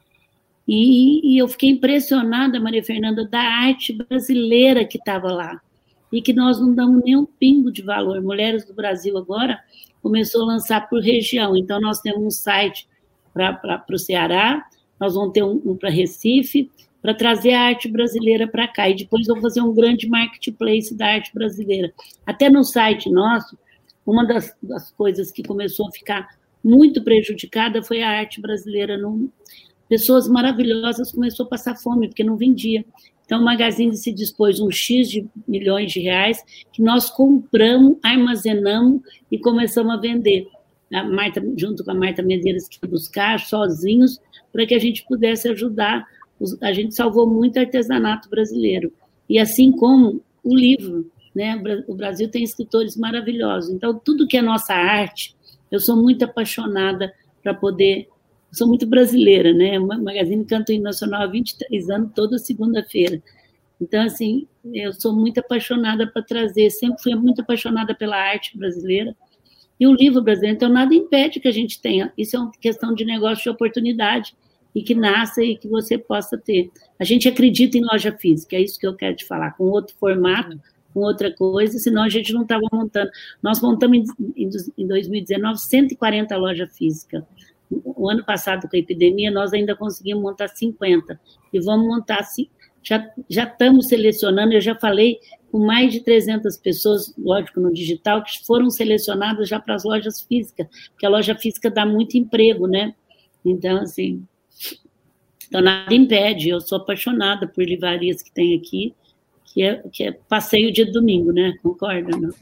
Speaker 2: E, e eu fiquei impressionada, Maria Fernanda, da arte brasileira que estava lá, e que nós não damos nem um pingo de valor. Mulheres do Brasil agora começou a lançar por região, então nós temos um site para o Ceará, nós vamos ter um, um para Recife, para trazer a arte brasileira para cá, e depois vamos fazer um grande marketplace da arte brasileira. Até no site nosso, uma das, das coisas que começou a ficar muito prejudicada foi a arte brasileira. No, pessoas maravilhosas começou a passar fome, porque não vendia. Então, o Magazine se dispôs um X de milhões de reais que nós compramos, armazenamos e começamos a vender. A Marta, junto com a Marta Medeiros, que ia buscar sozinhos, para que a gente pudesse ajudar. A gente salvou muito artesanato brasileiro. E assim como o livro, né? O Brasil tem escritores maravilhosos. Então, tudo que é nossa arte, eu sou muito apaixonada para poder... Sou muito brasileira, né? O Magazine canta o hino nacional há vinte e três anos, toda segunda-feira. Então, assim, eu sou muito apaixonada para trazer, sempre fui muito apaixonada pela arte brasileira e o livro brasileiro. Então, nada impede que a gente tenha. Isso é uma questão de negócio de oportunidade e que nasça e que você possa ter. A gente acredita em loja física, é isso que eu quero te falar, com outro formato, com outra coisa, senão a gente não estava montando. Nós montamos em dois mil e dezenove cento e quarenta lojas físicas. O ano passado, com a epidemia, nós ainda conseguimos montar cinquenta. E vamos montar, já, já estamos selecionando, eu já falei com mais de trezentas pessoas, lógico, no digital, que foram selecionadas já para as lojas físicas, porque a loja física dá muito emprego, né? Então, assim, Então, nada impede, eu sou apaixonada por livrarias que tem aqui, que é, que é passeio de domingo, né? Concorda, não?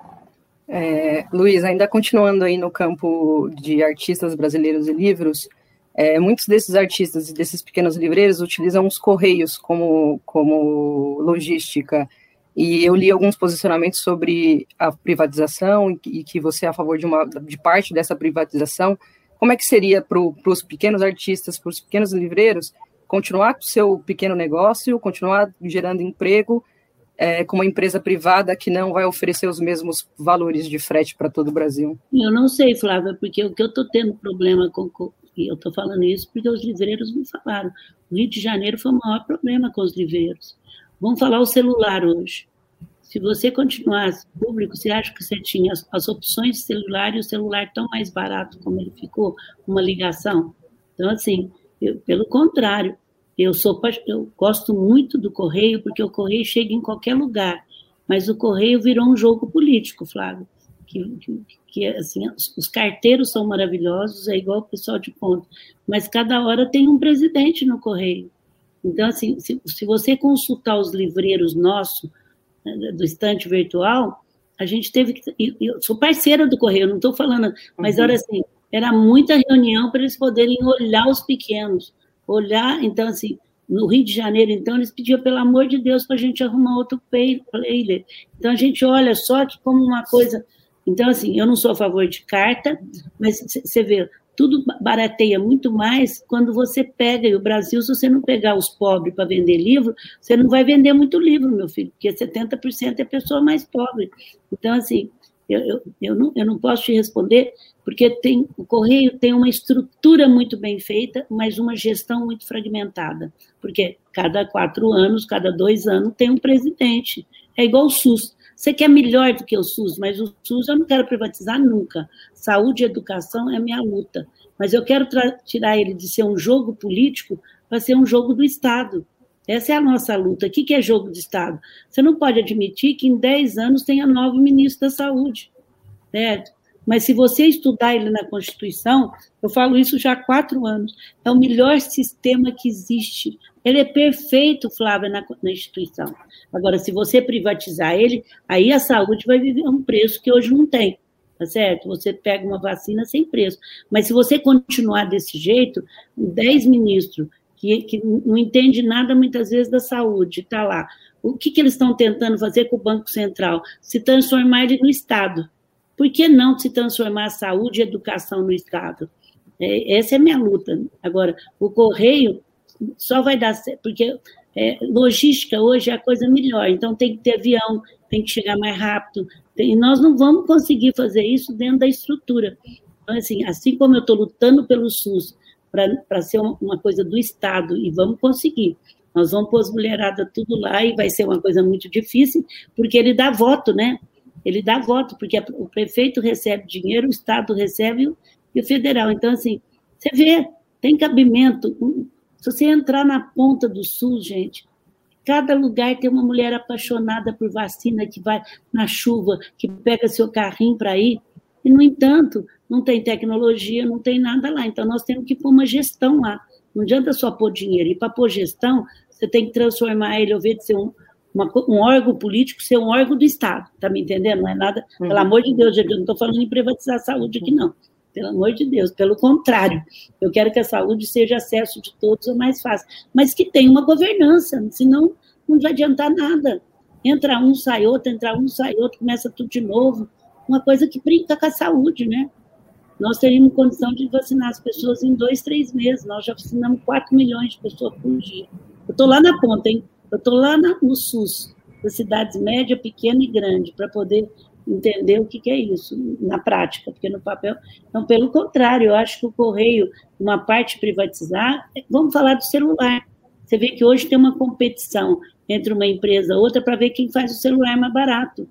Speaker 5: É, Luiz, ainda continuando aí no campo de artistas brasileiros e livros, é, muitos desses artistas e desses pequenos livreiros utilizam os correios como, como logística, e eu li alguns posicionamentos sobre a privatização e que, e que você é a favor de, uma, de parte dessa privatização. Como é que seria para os pequenos artistas, para os pequenos livreiros, continuar com o seu pequeno negócio, continuar gerando emprego, É, com uma empresa privada que não vai oferecer os mesmos valores de frete para todo o Brasil?
Speaker 2: Eu não sei, Flávia, porque o que eu estou tendo problema com, com e eu estou falando isso porque os livreiros me falaram. O Rio de Janeiro foi o maior problema com os livreiros. Vamos falar o celular hoje. Se você continuasse público, você acha que você tinha as, as opções de celular e o celular tão mais barato como ele ficou, uma ligação? Então, assim, eu, pelo contrário, Eu, sou, eu gosto muito do Correio, porque o Correio chega em qualquer lugar, mas o Correio virou um jogo político, Flávio, que, que, que assim, os, os carteiros são maravilhosos, é igual o pessoal de ponto, mas cada hora tem um presidente no Correio. Então, assim, se, se você consultar os livreiros nossos, né, do estante virtual, a gente teve que... Eu sou parceira do Correio, não estou falando, mas uhum. Era assim, era muita reunião para eles poderem olhar os pequenos, olhar, então, assim, no Rio de Janeiro, então, eles pediam, pelo amor de Deus, para a gente arrumar outro player. Então, a gente olha só que como uma coisa... Então, assim, eu não sou a favor de carta, mas você vê, tudo barateia muito mais quando você pega, e o Brasil, se você não pegar os pobres para vender livro, você não vai vender muito livro, meu filho, porque setenta por cento é pessoa mais pobre. Então, assim, eu, eu, eu, não, eu não posso te responder, porque tem, o Correio tem uma estrutura muito bem feita, mas uma gestão muito fragmentada, porque cada quatro anos, cada dois anos, tem um presidente. É igual o SUS. Você quer melhor do que o SUS, mas o SUS eu não quero privatizar nunca. Saúde e educação é a minha luta, mas eu quero tirar ele de ser um jogo político para ser um jogo do Estado. Essa é a nossa luta. O que é jogo de Estado? Você não pode admitir que em dez anos tenha nove ministros da saúde, certo? Mas se você estudar ele na Constituição, eu falo isso já há quatro anos, é o melhor sistema que existe. Ele é perfeito, Flávia, na, na instituição. Agora, se você privatizar ele, aí a saúde vai viver um preço que hoje não tem, tá certo? Você pega uma vacina sem preço. Mas se você continuar desse jeito, dez ministros que, que não entende nada, muitas vezes, da saúde, está lá. O que, que eles estão tentando fazer com o Banco Central? Se transformar ele no Estado. Por que não se transformar a saúde e a educação no Estado? É, essa é a minha luta. Agora, o Correio só vai dar certo, porque é, logística hoje é a coisa melhor, então tem que ter avião, tem que chegar mais rápido, tem, e nós não vamos conseguir fazer isso dentro da estrutura. Então, assim, assim como eu estou lutando pelo SUS para ser uma, uma coisa do Estado, e vamos conseguir, nós vamos pôr as mulheradas tudo lá, e vai ser uma coisa muito difícil, porque ele dá voto, né? Ele dá voto, porque o prefeito recebe dinheiro, o Estado recebe e o federal. Então, assim, você vê, tem cabimento. Se você entrar na ponta do SUS, gente, cada lugar tem uma mulher apaixonada por vacina, que vai na chuva, que pega seu carrinho para ir, e, no entanto, não tem tecnologia, não tem nada lá. Então, nós temos que pôr uma gestão lá. Não adianta só pôr dinheiro. E para pôr gestão, você tem que transformar ele, ao invés de ser um... Uma, um órgão político ser um órgão do Estado, tá me entendendo? Não é nada, uhum. Pelo amor de Deus, eu não estou falando em privatizar a saúde aqui, não. Pelo amor de Deus, pelo contrário. Eu quero que a saúde seja acesso de todos, é mais fácil. Mas que tenha uma governança, senão não vai adiantar nada. Entra um, sai outro, entra um, sai outro, começa tudo de novo. Uma coisa que brinca com a saúde, né? Nós teríamos condição de vacinar as pessoas em dois, três meses. Nós já vacinamos quatro milhões de pessoas por dia. Eu estou lá na ponta, hein? Eu estou lá na, no SUS, das cidades média, pequena e grande, para poder entender o que, que é isso na prática, porque no papel... Então, pelo contrário, eu acho que o Correio, uma parte privatizar, vamos falar do celular. Você vê que hoje tem uma competição entre uma empresa e outra para ver quem faz o celular mais barato.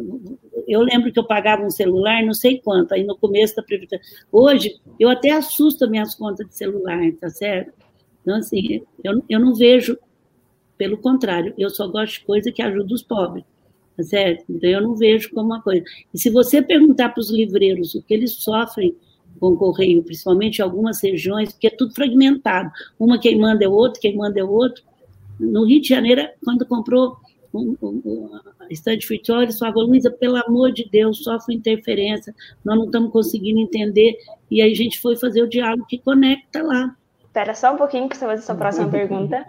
Speaker 2: Eu lembro que eu pagava um celular, não sei quanto, aí no começo da privatização. Hoje, eu até assusto as minhas contas de celular, tá certo? Então, assim, eu, eu não vejo... Pelo contrário, eu só gosto de coisa que ajuda os pobres, tá certo? Então, eu não vejo como uma coisa. E se você perguntar para os livreiros o que eles sofrem com o Correio, principalmente em algumas regiões, porque é tudo fragmentado. Uma quem manda é o outro, quem manda é o outro. No Rio de Janeiro, quando comprou um, um, um, a estante virtual, eles falavam, Luísa, pelo amor de Deus, sofre interferência, nós não estamos conseguindo entender, e aí a gente foi fazer o diálogo que conecta lá.
Speaker 1: Espera só um pouquinho que você vai fazer a sua próxima pergunta.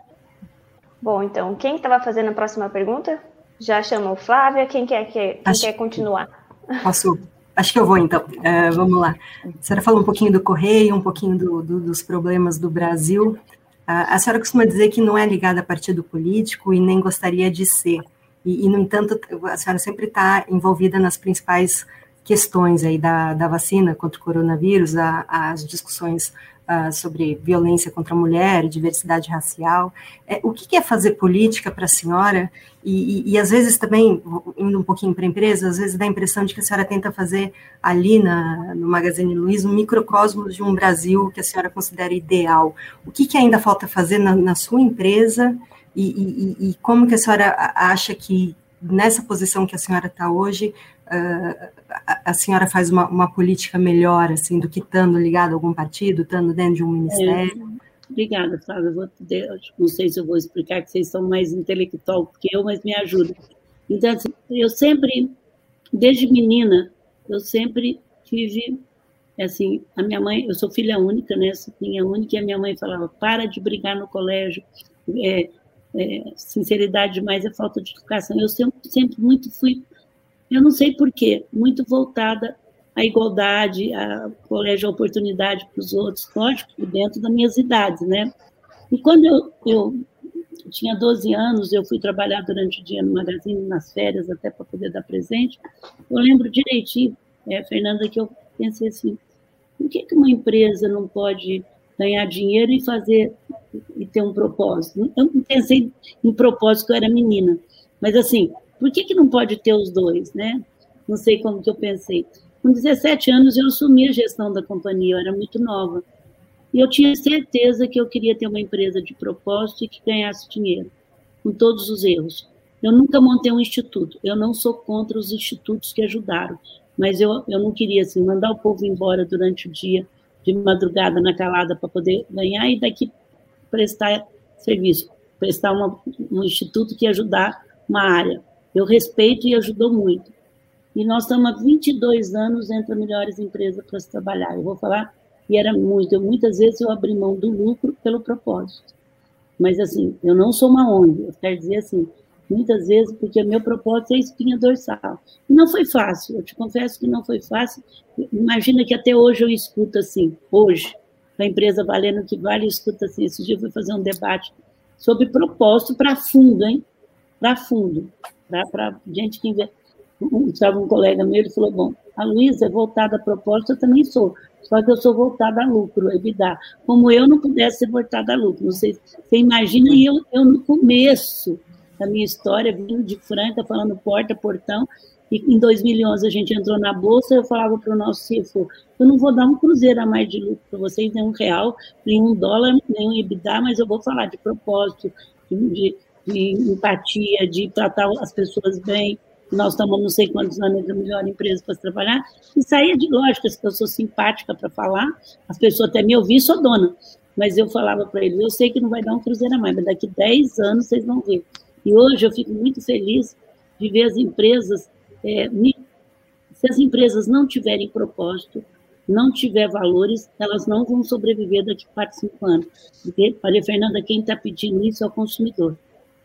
Speaker 1: Bom, então, quem estava fazendo a próxima pergunta? Já chamou Flávia? Quem quer, quer, quem Acho... quer continuar?
Speaker 3: Posso? Acho que eu vou, então. Uh, vamos lá. A senhora falou um pouquinho do Correio, um pouquinho do, do, dos problemas do Brasil. Uh, a senhora costuma dizer que não é ligada a partido político e nem gostaria de ser. E, e no entanto, a senhora sempre está envolvida nas principais questões aí da, da vacina contra o coronavírus, a, as discussões uh, sobre violência contra a mulher, diversidade racial. É, o que é fazer política para a senhora? E, e, e, às vezes também, indo um pouquinho para a empresa, às vezes dá a impressão de que a senhora tenta fazer ali na, no Magazine Luiza um microcosmos de um Brasil que a senhora considera ideal. O que, que ainda falta fazer na, na sua empresa e, e, e como que a senhora acha que, nessa posição que a senhora está hoje, uh, a, a senhora faz uma, uma política melhor, assim, do que estando ligada a algum partido, estando dentro de um ministério?
Speaker 2: É. Obrigada, Flávia. Eu vou, não sei se eu vou explicar, que vocês são mais intelectual que eu, mas me ajuda. Então, assim, eu sempre, desde menina, eu sempre tive, assim, a minha mãe, eu sou filha única, né, filha única, e a minha mãe falava, para de brigar no colégio, é, é, sinceridade demais é falta de educação. Eu sempre, sempre muito fui, eu não sei porquê, muito voltada a igualdade, a colégio, a oportunidade para os outros, lógico, dentro das minhas idades, né? E quando eu, eu tinha doze anos, eu fui trabalhar durante o dia no Magazine, nas férias, até para poder dar presente, eu lembro direitinho, é, Fernanda, que eu pensei assim, por que, que uma empresa não pode ganhar dinheiro e fazer, e ter um propósito? Eu não pensei em propósito, eu era menina, mas assim, por que, que não pode ter os dois, né? Não sei como que eu pensei. Com dezessete anos, eu assumi a gestão da companhia, eu era muito nova. E eu tinha certeza que eu queria ter uma empresa de propósito e que ganhasse dinheiro, com todos os erros. Eu nunca montei um instituto, eu não sou contra os institutos que ajudaram, mas eu, eu não queria assim, mandar o povo embora durante o dia, de madrugada na calada, para poder ganhar e daqui prestar serviço, prestar uma, um instituto que ia ajudar uma área. Eu respeito e ajudou muito. E nós estamos há vinte e dois anos entre as melhores empresas para se trabalhar. Eu vou falar, e era muito, eu, muitas vezes eu abri mão do lucro pelo propósito. Mas, assim, eu não sou uma O N G, eu quero dizer assim, muitas vezes, porque meu propósito é espinha dorsal. E não foi fácil, eu te confesso que não foi fácil. Imagina que até hoje eu escuto assim, hoje, a empresa Valendo que Vale, eu escuto assim, esse dia eu fui fazer um debate sobre propósito para fundo, hein? Para fundo, para gente que investe. Estava um colega meu, ele falou, bom, a Luísa é voltada a propósito, eu também sou, só que eu sou voltada a lucro, a EBITDA. Como eu não pudesse ser voltada a lucro, não sei, você imagina, e eu, eu no começo da minha história, vindo de Franca, falando porta, portão, e em dois mil e onze a gente entrou na Bolsa, eu falava para o nosso C F O, eu não vou dar um cruzeiro a mais de lucro para vocês, nem um real, nem um dólar, nem um EBITDA, mas eu vou falar de propósito, de, de, de empatia, de tratar as pessoas bem. Nós estamos não sei quantos anos entre a melhor empresa para trabalhar, e saía de lógica, eu sou simpática para falar, as pessoas até me ouviam, sou dona, mas eu falava para eles, eu sei que não vai dar um cruzeiro a mais, mas daqui dez anos vocês vão ver. E hoje eu fico muito feliz de ver as empresas, é, me, se as empresas não tiverem propósito, não tiver valores, elas não vão sobreviver daqui a quatro, cinco anos. Porque, olha, Fernanda, quem está pedindo isso é o consumidor.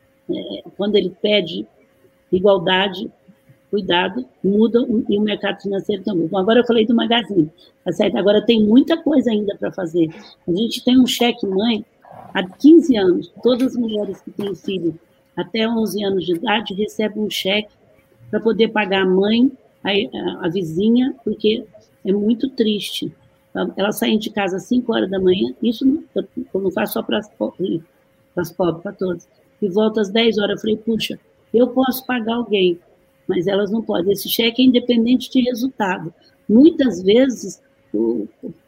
Speaker 2: É, quando ele pede igualdade, cuidado, muda, e o mercado financeiro também. Bom, agora eu falei do Magazine, tá certo? Agora tem muita coisa ainda para fazer. A gente tem um cheque-mãe há quinze anos, todas as mulheres que têm filho até onze anos de idade recebem um cheque para poder pagar a mãe, a, a, a vizinha, porque é muito triste. Elas saem de casa às cinco horas da manhã, isso não, eu não faço só para as pobres, para todas, e volto às dez horas. Eu falei, puxa, eu posso pagar alguém, mas elas não podem. Esse cheque é independente de resultado. Muitas vezes, o,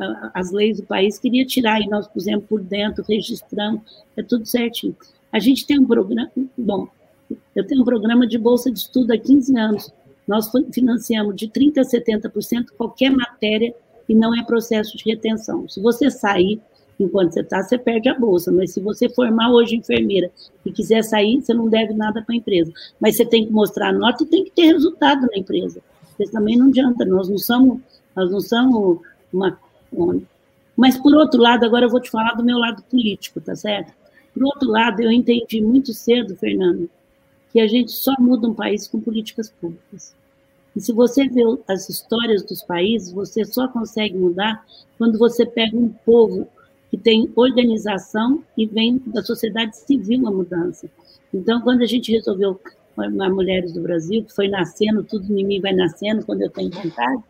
Speaker 2: as leis do país queriam tirar, e nós pusemos por dentro, registramos, é tudo certinho. A gente tem um programa, bom, eu tenho um programa de bolsa de estudo há quinze anos, nós financiamos de trinta por cento a setenta por cento qualquer matéria e não é processo de retenção. Se você sair enquanto você está, você perde a bolsa, mas se você formar hoje enfermeira e quiser sair, você não deve nada para a empresa. Mas você tem que mostrar a nota e tem que ter resultado na empresa. Porque também não adianta, nós não somos, nós não somos uma... uma... Mas, por outro lado, agora eu vou te falar do meu lado político, tá certo? Por outro lado, eu entendi muito cedo, Fernando, que a gente só muda um país com políticas públicas. E se você vê as histórias dos países, você só consegue mudar quando você pega um povo que tem organização e vem da sociedade civil a mudança. Então, quando a gente resolveu formar Mulheres do Brasil, que foi nascendo, tudo em mim vai nascendo quando eu tenho vontade,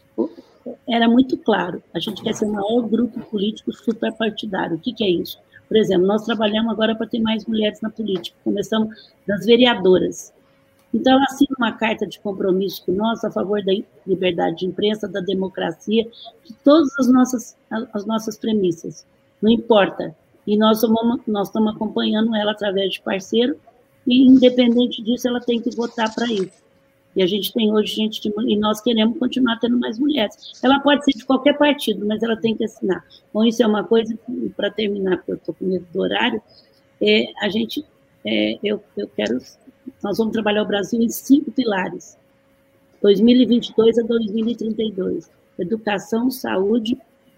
Speaker 2: era muito claro, a gente quer ser o maior grupo político superpartidário. O que, que é isso? Por exemplo, nós trabalhamos agora para ter mais mulheres na política, começamos das vereadoras. Então, eu assino uma carta de compromisso nossa a favor da liberdade de imprensa, da democracia, de todas as nossas, as nossas premissas. Não importa. E nós, somos, nós estamos acompanhando ela através de parceiro, e, independente disso, ela tem que votar para isso. E a gente tem hoje gente de, e nós queremos continuar tendo mais mulheres. Ela pode ser de qualquer partido, mas ela tem que assinar. Bom, isso é uma coisa, para terminar, porque eu estou com medo do horário, é, a gente, é, eu, eu quero, nós vamos trabalhar o Brasil em cinco pilares, dois mil e vinte e dois a dois mil e trinta e dois, educação, saúde,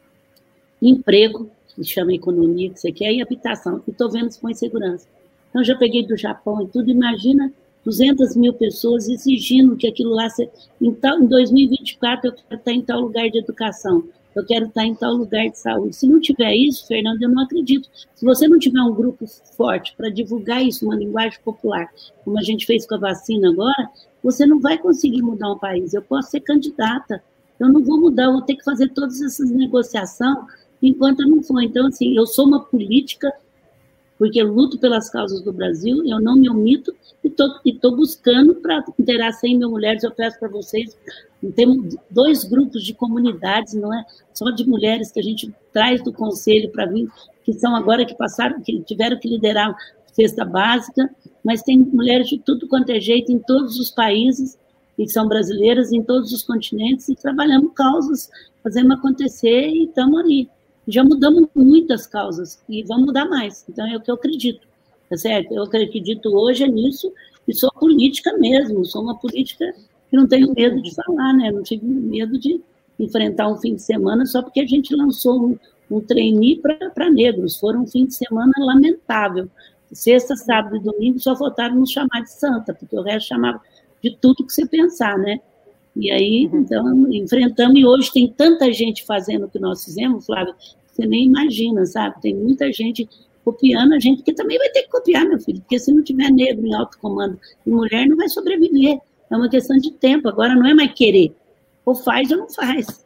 Speaker 2: emprego, que chama economia, que você quer, e habitação, e estou vendo se põe segurança. Então, já peguei do Japão e tudo, imagina duzentas mil pessoas exigindo que aquilo lá... Se, em, tal, em dois mil e vinte e quatro, eu quero estar em tal lugar de educação, eu quero estar em tal lugar de saúde. Se não tiver isso, Fernando, eu não acredito. Se você não tiver um grupo forte para divulgar isso, uma linguagem popular, como a gente fez com a vacina agora, você não vai conseguir mudar um país. Eu posso ser candidata, eu não vou mudar, eu vou ter que fazer todas essas negociações enquanto eu não for. Então, assim, eu sou uma política, porque eu luto pelas causas do Brasil, eu não me omito, e estou buscando para inteirar cem mil mulheres. Eu peço para vocês, temos dois grupos de comunidades, não é só de mulheres, que a gente traz do conselho para vir, que são agora que passaram, que tiveram que liderar a cesta básica, mas tem mulheres de tudo quanto é jeito, em todos os países, e são brasileiras em todos os continentes, e trabalhamos causas, fazemos acontecer, e estamos ali. Já mudamos muitas causas e vamos mudar mais. Então, é o que eu acredito, tá certo? Eu acredito hoje nisso e sou política mesmo, sou uma política que não tenho medo de falar, né? Não tive medo de enfrentar um fim de semana só porque a gente lançou um, um trainee para negros. Foi um fim de semana lamentável. Sexta, sábado e domingo só faltaram nos chamar de santa, porque o resto chamava de tudo que você pensar, né? E aí, então, enfrentamos, e hoje tem tanta gente fazendo o que nós fizemos, Flávia, você nem imagina, sabe? Tem muita gente copiando a gente, que também vai ter que copiar, meu filho, porque se não tiver negro em alto comando e mulher, não vai sobreviver. É uma questão de tempo, agora não é mais querer. Ou faz ou não faz.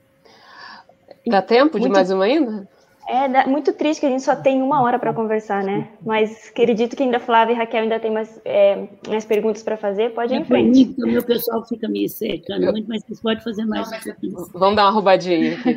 Speaker 4: Dá tempo de
Speaker 1: muito,
Speaker 4: mais uma ainda?
Speaker 1: É dá, muito triste que a gente só tem uma hora para conversar, né? Mas acredito que ainda Flávia e Raquel ainda tem mais, é, mais perguntas para fazer. Pode ir em frente.
Speaker 2: Bonito, o meu pessoal fica me secando muito, mas vocês podem fazer mais. Não,
Speaker 4: vamos dar uma roubadinha aqui.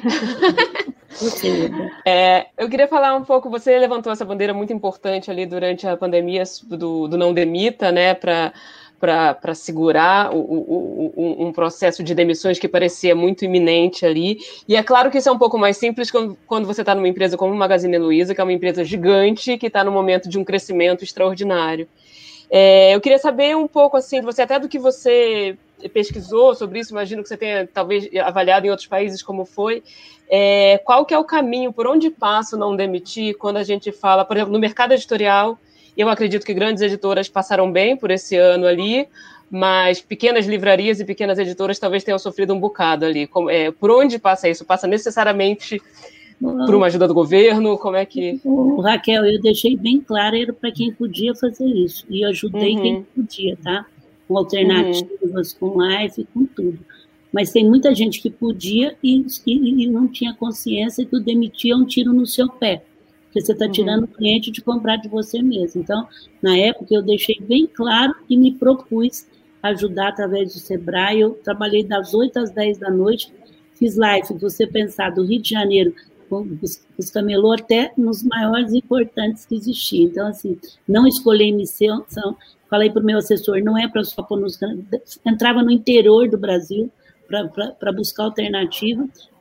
Speaker 4: É, eu queria falar um pouco, você levantou essa bandeira muito importante ali durante a pandemia do, do não demita, né, para para segurar o, o, o, um processo de demissões que parecia muito iminente ali, e é claro que isso é um pouco mais simples quando, quando você está numa empresa como o Magazine Luiza, que é uma empresa gigante, que está no momento de um crescimento extraordinário. É, eu queria saber um pouco, assim, você até do que você pesquisou sobre isso, imagino que você tenha talvez avaliado em outros países como foi, é, qual que é o caminho, por onde passa o não demitir, quando a gente fala, por exemplo, no mercado editorial. Eu acredito que grandes editoras passaram bem por esse ano ali, mas pequenas livrarias e pequenas editoras talvez tenham sofrido um bocado ali. Como, é, por onde passa isso? Passa necessariamente por uma ajuda do governo? Como é que...
Speaker 2: O, Raquel, eu deixei bem claro, era para quem podia fazer isso. E eu ajudei uhum. quem podia, tá? Com alternativas, uhum. com live, com tudo. Mas tem muita gente que podia e, e, e não tinha consciência que o demitir é um tiro no seu pé. Porque você está tirando uhum. o cliente de comprar de você mesmo. Então, na época, eu deixei bem claro e me propus ajudar através do Sebrae. Eu trabalhei das oito às dez da noite, fiz live, você pensar, do Rio de Janeiro, com os camelô até nos maiores importantes que existiam. Então, assim, não escolhi missão, falei para o meu assessor, não é para só pôr nos... Entrava no interior do Brasil para buscar alternativa,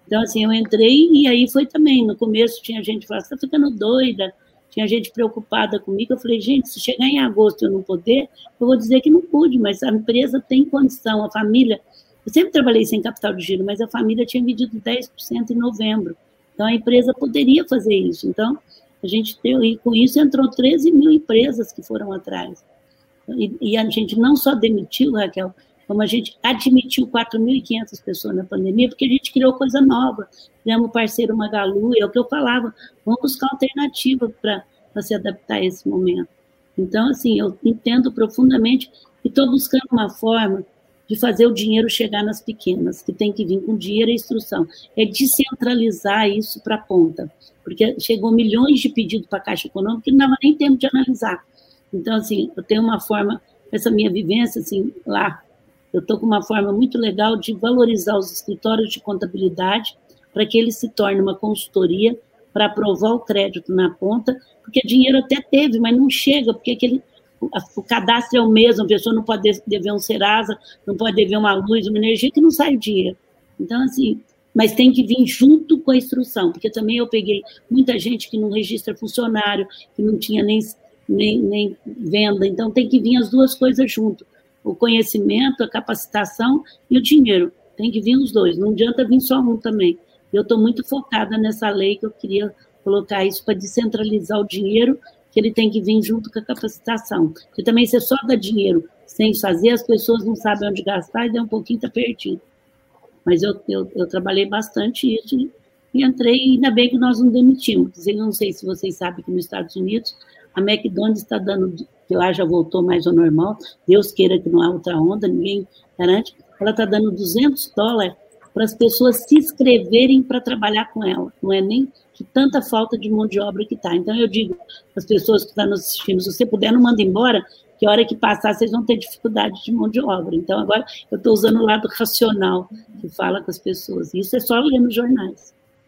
Speaker 2: Então, assim, eu entrei e aí foi também, no começo tinha gente que falava, você está ficando doida, tinha gente preocupada comigo, eu falei, gente, se chegar em agosto e eu não poder, eu vou dizer que não pude, mas a empresa tem condição, a família, eu sempre trabalhei sem capital de giro, mas a família tinha vendido dez por cento em novembro, então a empresa poderia fazer isso, então a gente deu, e com isso entrou treze mil empresas que foram atrás, e, e a gente não só demitiu, Raquel, como a gente admitiu quatro mil e quinhentas pessoas na pandemia, porque a gente criou coisa nova, criamos o parceiro Magalu, é o que eu falava, vamos buscar alternativa para se adaptar a esse momento. Então, assim, eu entendo profundamente e estou buscando uma forma de fazer o dinheiro chegar nas pequenas, que tem que vir com dinheiro e instrução, é descentralizar isso para a ponta, porque chegou milhões de pedidos para a Caixa Econômica que não dava nem tempo de analisar. Então, assim, eu tenho uma forma, essa minha vivência, assim, lá, eu estou com uma forma muito legal de valorizar os escritórios de contabilidade para que eles se tornem uma consultoria para aprovar o crédito na ponta, porque dinheiro até teve, mas não chega, porque aquele, o, o cadastro é o mesmo, a pessoa não pode dever um Serasa, não pode dever uma luz, uma energia, que não sai o dinheiro. Então, assim, mas tem que vir junto com a instrução, porque também eu peguei muita gente que não registra funcionário, que não tinha nem, nem, nem venda, então tem que vir as duas coisas junto. O conhecimento, a capacitação e o dinheiro. Tem que vir os dois, não adianta vir só um também. Eu estou muito focada nessa lei que eu queria colocar isso para descentralizar o dinheiro, que ele tem que vir junto com a capacitação. Porque também você só dá dinheiro sem fazer, as pessoas não sabem onde gastar e dá um pouquinho, está perdido. Mas eu, eu, eu trabalhei bastante isso e, e entrei, e ainda bem que nós não demitimos. Eu não sei se vocês sabem que nos Estados Unidos a McDonald's está dando, que lá já voltou mais ao normal, Deus queira que não há outra onda, ninguém garante, ela está dando duzentos dólares para as pessoas se inscreverem para trabalhar com ela, não é nem de tanta falta de mão de obra que está. Então eu digo para as pessoas que estão nos assistindo, se você puder, não manda embora, que a hora que passar vocês vão ter dificuldade de mão de obra. Então agora eu estou usando o lado racional que fala com as pessoas, isso é só ler nos jornais.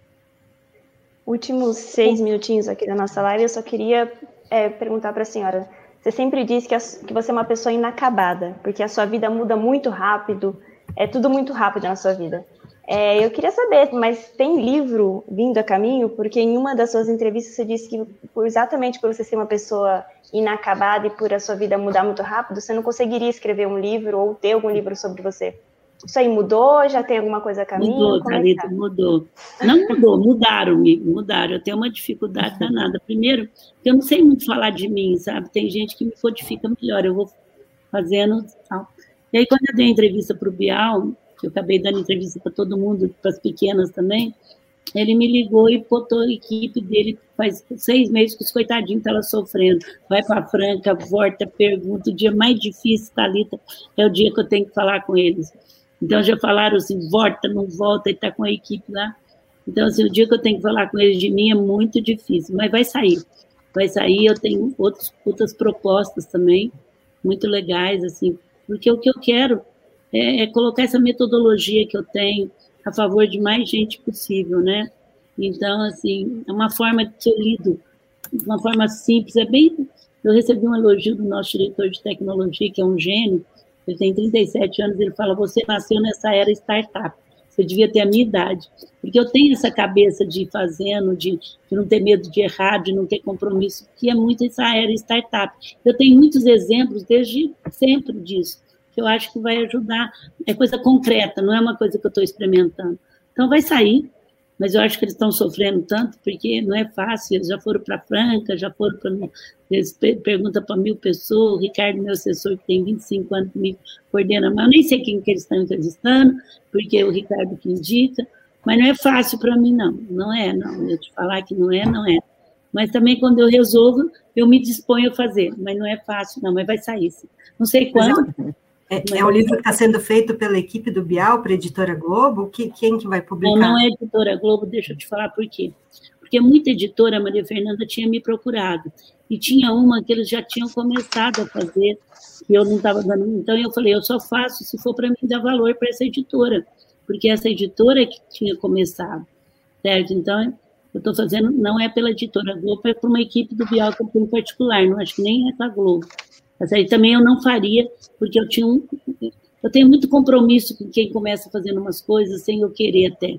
Speaker 1: Últimos seis minutinhos aqui da nossa live, eu só queria É, perguntar para a senhora, você sempre diz que, a, que você é uma pessoa inacabada, porque a sua vida muda muito rápido, é tudo muito rápido na sua vida. É, eu queria saber, mas tem livro vindo a caminho? Porque em uma das suas entrevistas você disse que por, exatamente por você ser uma pessoa inacabada e por a sua vida mudar muito rápido, você não conseguiria escrever um livro ou ter algum livro sobre você. Isso aí mudou? Já tem alguma coisa a caminho?
Speaker 2: Mudou, Thalita, é tá? mudou. Não mudou, mudaram-me, mudaram. Eu tenho uma dificuldade danada. Primeiro, eu não sei muito falar de mim, sabe? Tem gente que me codifica melhor, eu vou fazendo tal. E aí, quando eu dei a entrevista para o Bial, que eu acabei dando entrevista para todo mundo, para as pequenas também, ele me ligou e botou a equipe dele, faz seis meses que os coitadinhos estavam sofrendo. Vai para a Franca, volta, pergunta. O dia mais difícil, Thalita, é o dia que eu tenho que falar com eles. Então, já falaram assim, volta, não volta, e está com a equipe lá. Então, assim, o dia que eu tenho que falar com eles de mim é muito difícil, mas vai sair. Vai sair, eu tenho outros, outras propostas também, muito legais, assim, porque o que eu quero é, é colocar essa metodologia que eu tenho a favor de mais gente possível, né? Então, assim, é uma forma que eu lido, uma forma simples, é bem... Eu recebi um elogio do nosso diretor de tecnologia, que é um gênio, ele tem trinta e sete anos, ele fala, você nasceu nessa era startup, você devia ter a minha idade, porque eu tenho essa cabeça de ir fazendo, de, de não ter medo de errar, de não ter compromisso, que é muito essa era startup. Eu tenho muitos exemplos desde sempre disso, que eu acho que vai ajudar, é coisa concreta, não é uma coisa que eu estou experimentando. Então vai sair, mas eu acho que eles estão sofrendo tanto, porque não é fácil, eles já foram para Franca, já foram para... Eles perguntam para mil pessoas, o Ricardo, meu assessor, que tem vinte e cinco anos comigo, coordena, mas eu nem sei quem que eles estão entrevistando, porque é o Ricardo que indica, mas não é fácil para mim, não, não é, não, eu te falar que não é, não é. Mas também, quando eu resolvo, eu me disponho a fazer, mas não é fácil, não, mas vai sair, sim. Não sei quando...
Speaker 3: É, é um livro que está sendo feito pela equipe do Bial, para a Editora Globo? Que, quem que vai publicar?
Speaker 2: Não, não é Editora Globo, deixa eu te falar por quê. Porque muita editora, a Maria Fernanda, tinha me procurado. E tinha uma que eles já tinham começado a fazer, que eu não estava dando... Então, eu falei, eu só faço se for para mim dar valor para essa editora. Porque essa editora é que tinha começado, certo? Então, eu estou fazendo... Não é pela Editora Globo, é por uma equipe do Bial que eu tenho em particular. Não acho que nem é com a Globo. Mas aí também eu não faria, porque eu tinha um... Eu tenho muito compromisso com quem começa fazendo umas coisas sem eu querer até.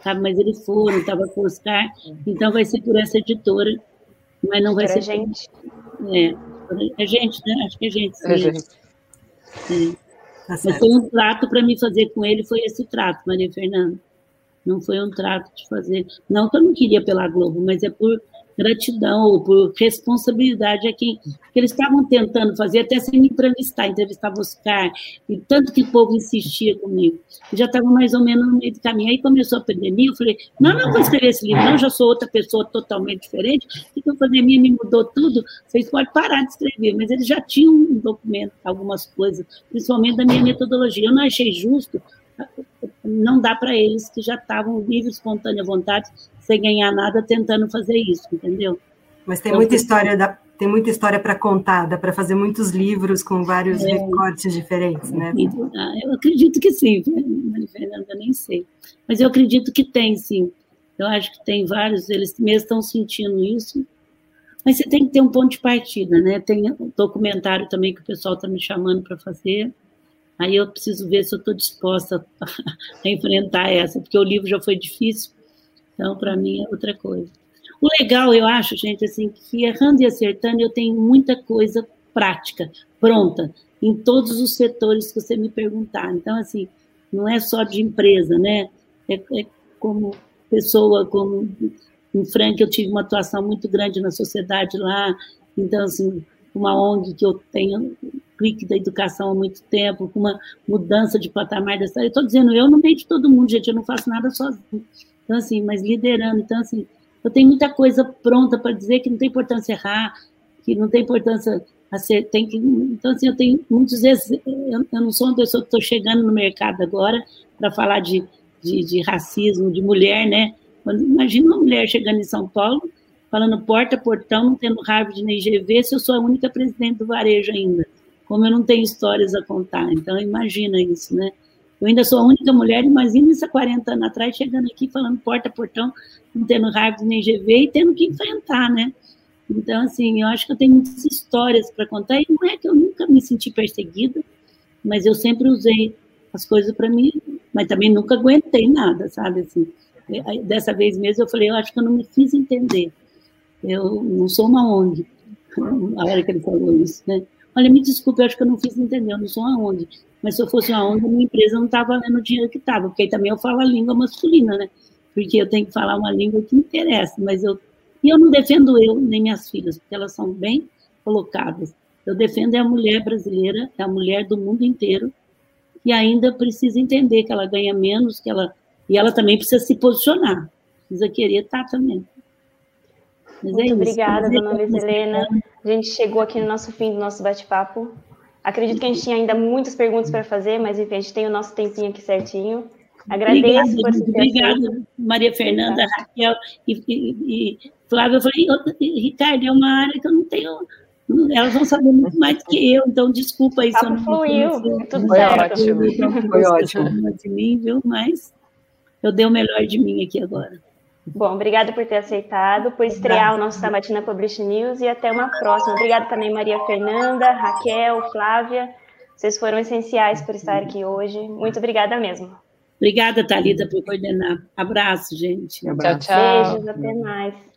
Speaker 2: sabe? Mas eles foram, estava com o Oscar, então vai ser por essa editora, mas não vai ser...
Speaker 1: gente.
Speaker 2: É, é gente, né? Acho que é gente. Sim.
Speaker 4: É gente.
Speaker 2: Sim. Tá, mas foi um trato para me fazer com ele, foi esse trato, Maria Fernanda. Não foi um trato de fazer... Não que eu não queria pela Globo, mas é por gratidão ou por responsabilidade a quem... que eles estavam tentando fazer, até sem me entrevistar, entrevistava Oscar, e tanto que o povo insistia comigo. Eu já estava mais ou menos no meio do caminho. Aí começou a pandemia, eu falei, não, não vou escrever esse livro, não, já sou outra pessoa totalmente diferente, porque a pandemia me mudou tudo, vocês podem parar de escrever, mas eles já tinham um documento, algumas coisas, principalmente da minha metodologia. Eu não achei justo, não dá para eles que já estavam livres, espontânea vontade, sem ganhar nada, tentando fazer isso, entendeu?
Speaker 3: Mas tem muita história, da, tem muita história para contar, dá para fazer muitos livros com vários é, recortes diferentes, né?
Speaker 2: Eu acredito que sim, Maria Fernanda, eu nem sei. Mas eu acredito que tem, sim. Eu acho que tem vários, eles mesmo estão sentindo isso. Mas você tem que ter um ponto de partida, né? Tem um documentário também que o pessoal está me chamando para fazer. Aí eu preciso ver se eu estou disposta a enfrentar essa, porque o livro já foi difícil. Então, para mim, é outra coisa. O legal, eu acho, gente, assim, que errando e acertando, eu tenho muita coisa prática, pronta, em todos os setores que você me perguntar. Então, assim, não é só de empresa, né? É, é como pessoa, como em Franca, eu tive uma atuação muito grande na sociedade lá. Então, assim, uma O N G que eu tenho clique da educação há muito tempo, com uma mudança de patamar da cidade. Eu estou dizendo, eu no meio de todo mundo, gente, eu não faço nada sozinho. Então, assim, mas liderando. Então, assim, eu tenho muita coisa pronta para dizer que não tem importância errar, que não tem importância ser, tem que... Então, assim, eu tenho muitos... Eu, eu não sou uma pessoa que estou chegando no mercado agora para falar de, de, de racismo, de mulher, né? Quando, imagina uma mulher chegando em São Paulo, falando porta a portão, não tendo Harvard nem G V, se eu sou a única presidente do varejo ainda. Como eu não tenho histórias a contar. Então, imagina isso, né? Eu ainda sou a única mulher, imagina isso há quarenta anos atrás, chegando aqui, falando porta a portão, não tendo Harvard nem G V, e tendo que enfrentar, né? Então, assim, eu acho que eu tenho muitas histórias para contar, e não é que eu nunca me senti perseguida, mas eu sempre usei as coisas para mim, mas também nunca aguentei nada, sabe? Assim, dessa vez mesmo eu falei, eu acho que eu não me fiz entender. Eu não sou uma O N G, a hora que ele falou isso, né? Olha, me desculpe, eu acho que eu não fiz entender, eu não sou uma O N G. Mas se eu fosse uma O N G, a minha empresa não estava valendo o dinheiro que estava, porque aí também eu falo a língua masculina, né? Porque eu tenho que falar uma língua que interessa, mas eu... E eu não defendo eu nem minhas filhas, porque elas são bem colocadas. Eu defendo a mulher brasileira, a mulher do mundo inteiro, que ainda precisa entender que ela ganha menos, que ela... E ela também precisa se posicionar, precisa querer estar também.
Speaker 1: Mas Muito é obrigada, dona Luiz Helena. A gente chegou aqui no nosso fim do nosso bate-papo. Acredito que a gente tinha ainda muitas perguntas para fazer, mas enfim, a gente tem o nosso tempinho aqui certinho. Agradeço
Speaker 2: obrigada,
Speaker 1: por se
Speaker 2: Obrigada, Maria Fernanda, Raquel e, e, e Flávia. Eu falei, Ricardo, é uma área que eu não tenho... Elas vão saber muito mais do que eu, então desculpa aí.
Speaker 1: Papo fluiu, tudo
Speaker 4: Foi
Speaker 1: certo.
Speaker 4: Ótimo.
Speaker 2: Então,
Speaker 4: foi ótimo.
Speaker 2: De mim, viu? Mas eu dei o melhor de mim aqui agora.
Speaker 1: Bom, obrigada por ter aceitado, por estrear o nosso Sabatina Publish News e até uma próxima. Obrigada também, Maria Fernanda, Raquel, Flávia. Vocês foram essenciais por estar aqui hoje. Muito obrigada mesmo.
Speaker 2: Obrigada, Thalita, por coordenar. Abraço, gente.
Speaker 4: Tchau, tchau.
Speaker 1: Beijos, até mais.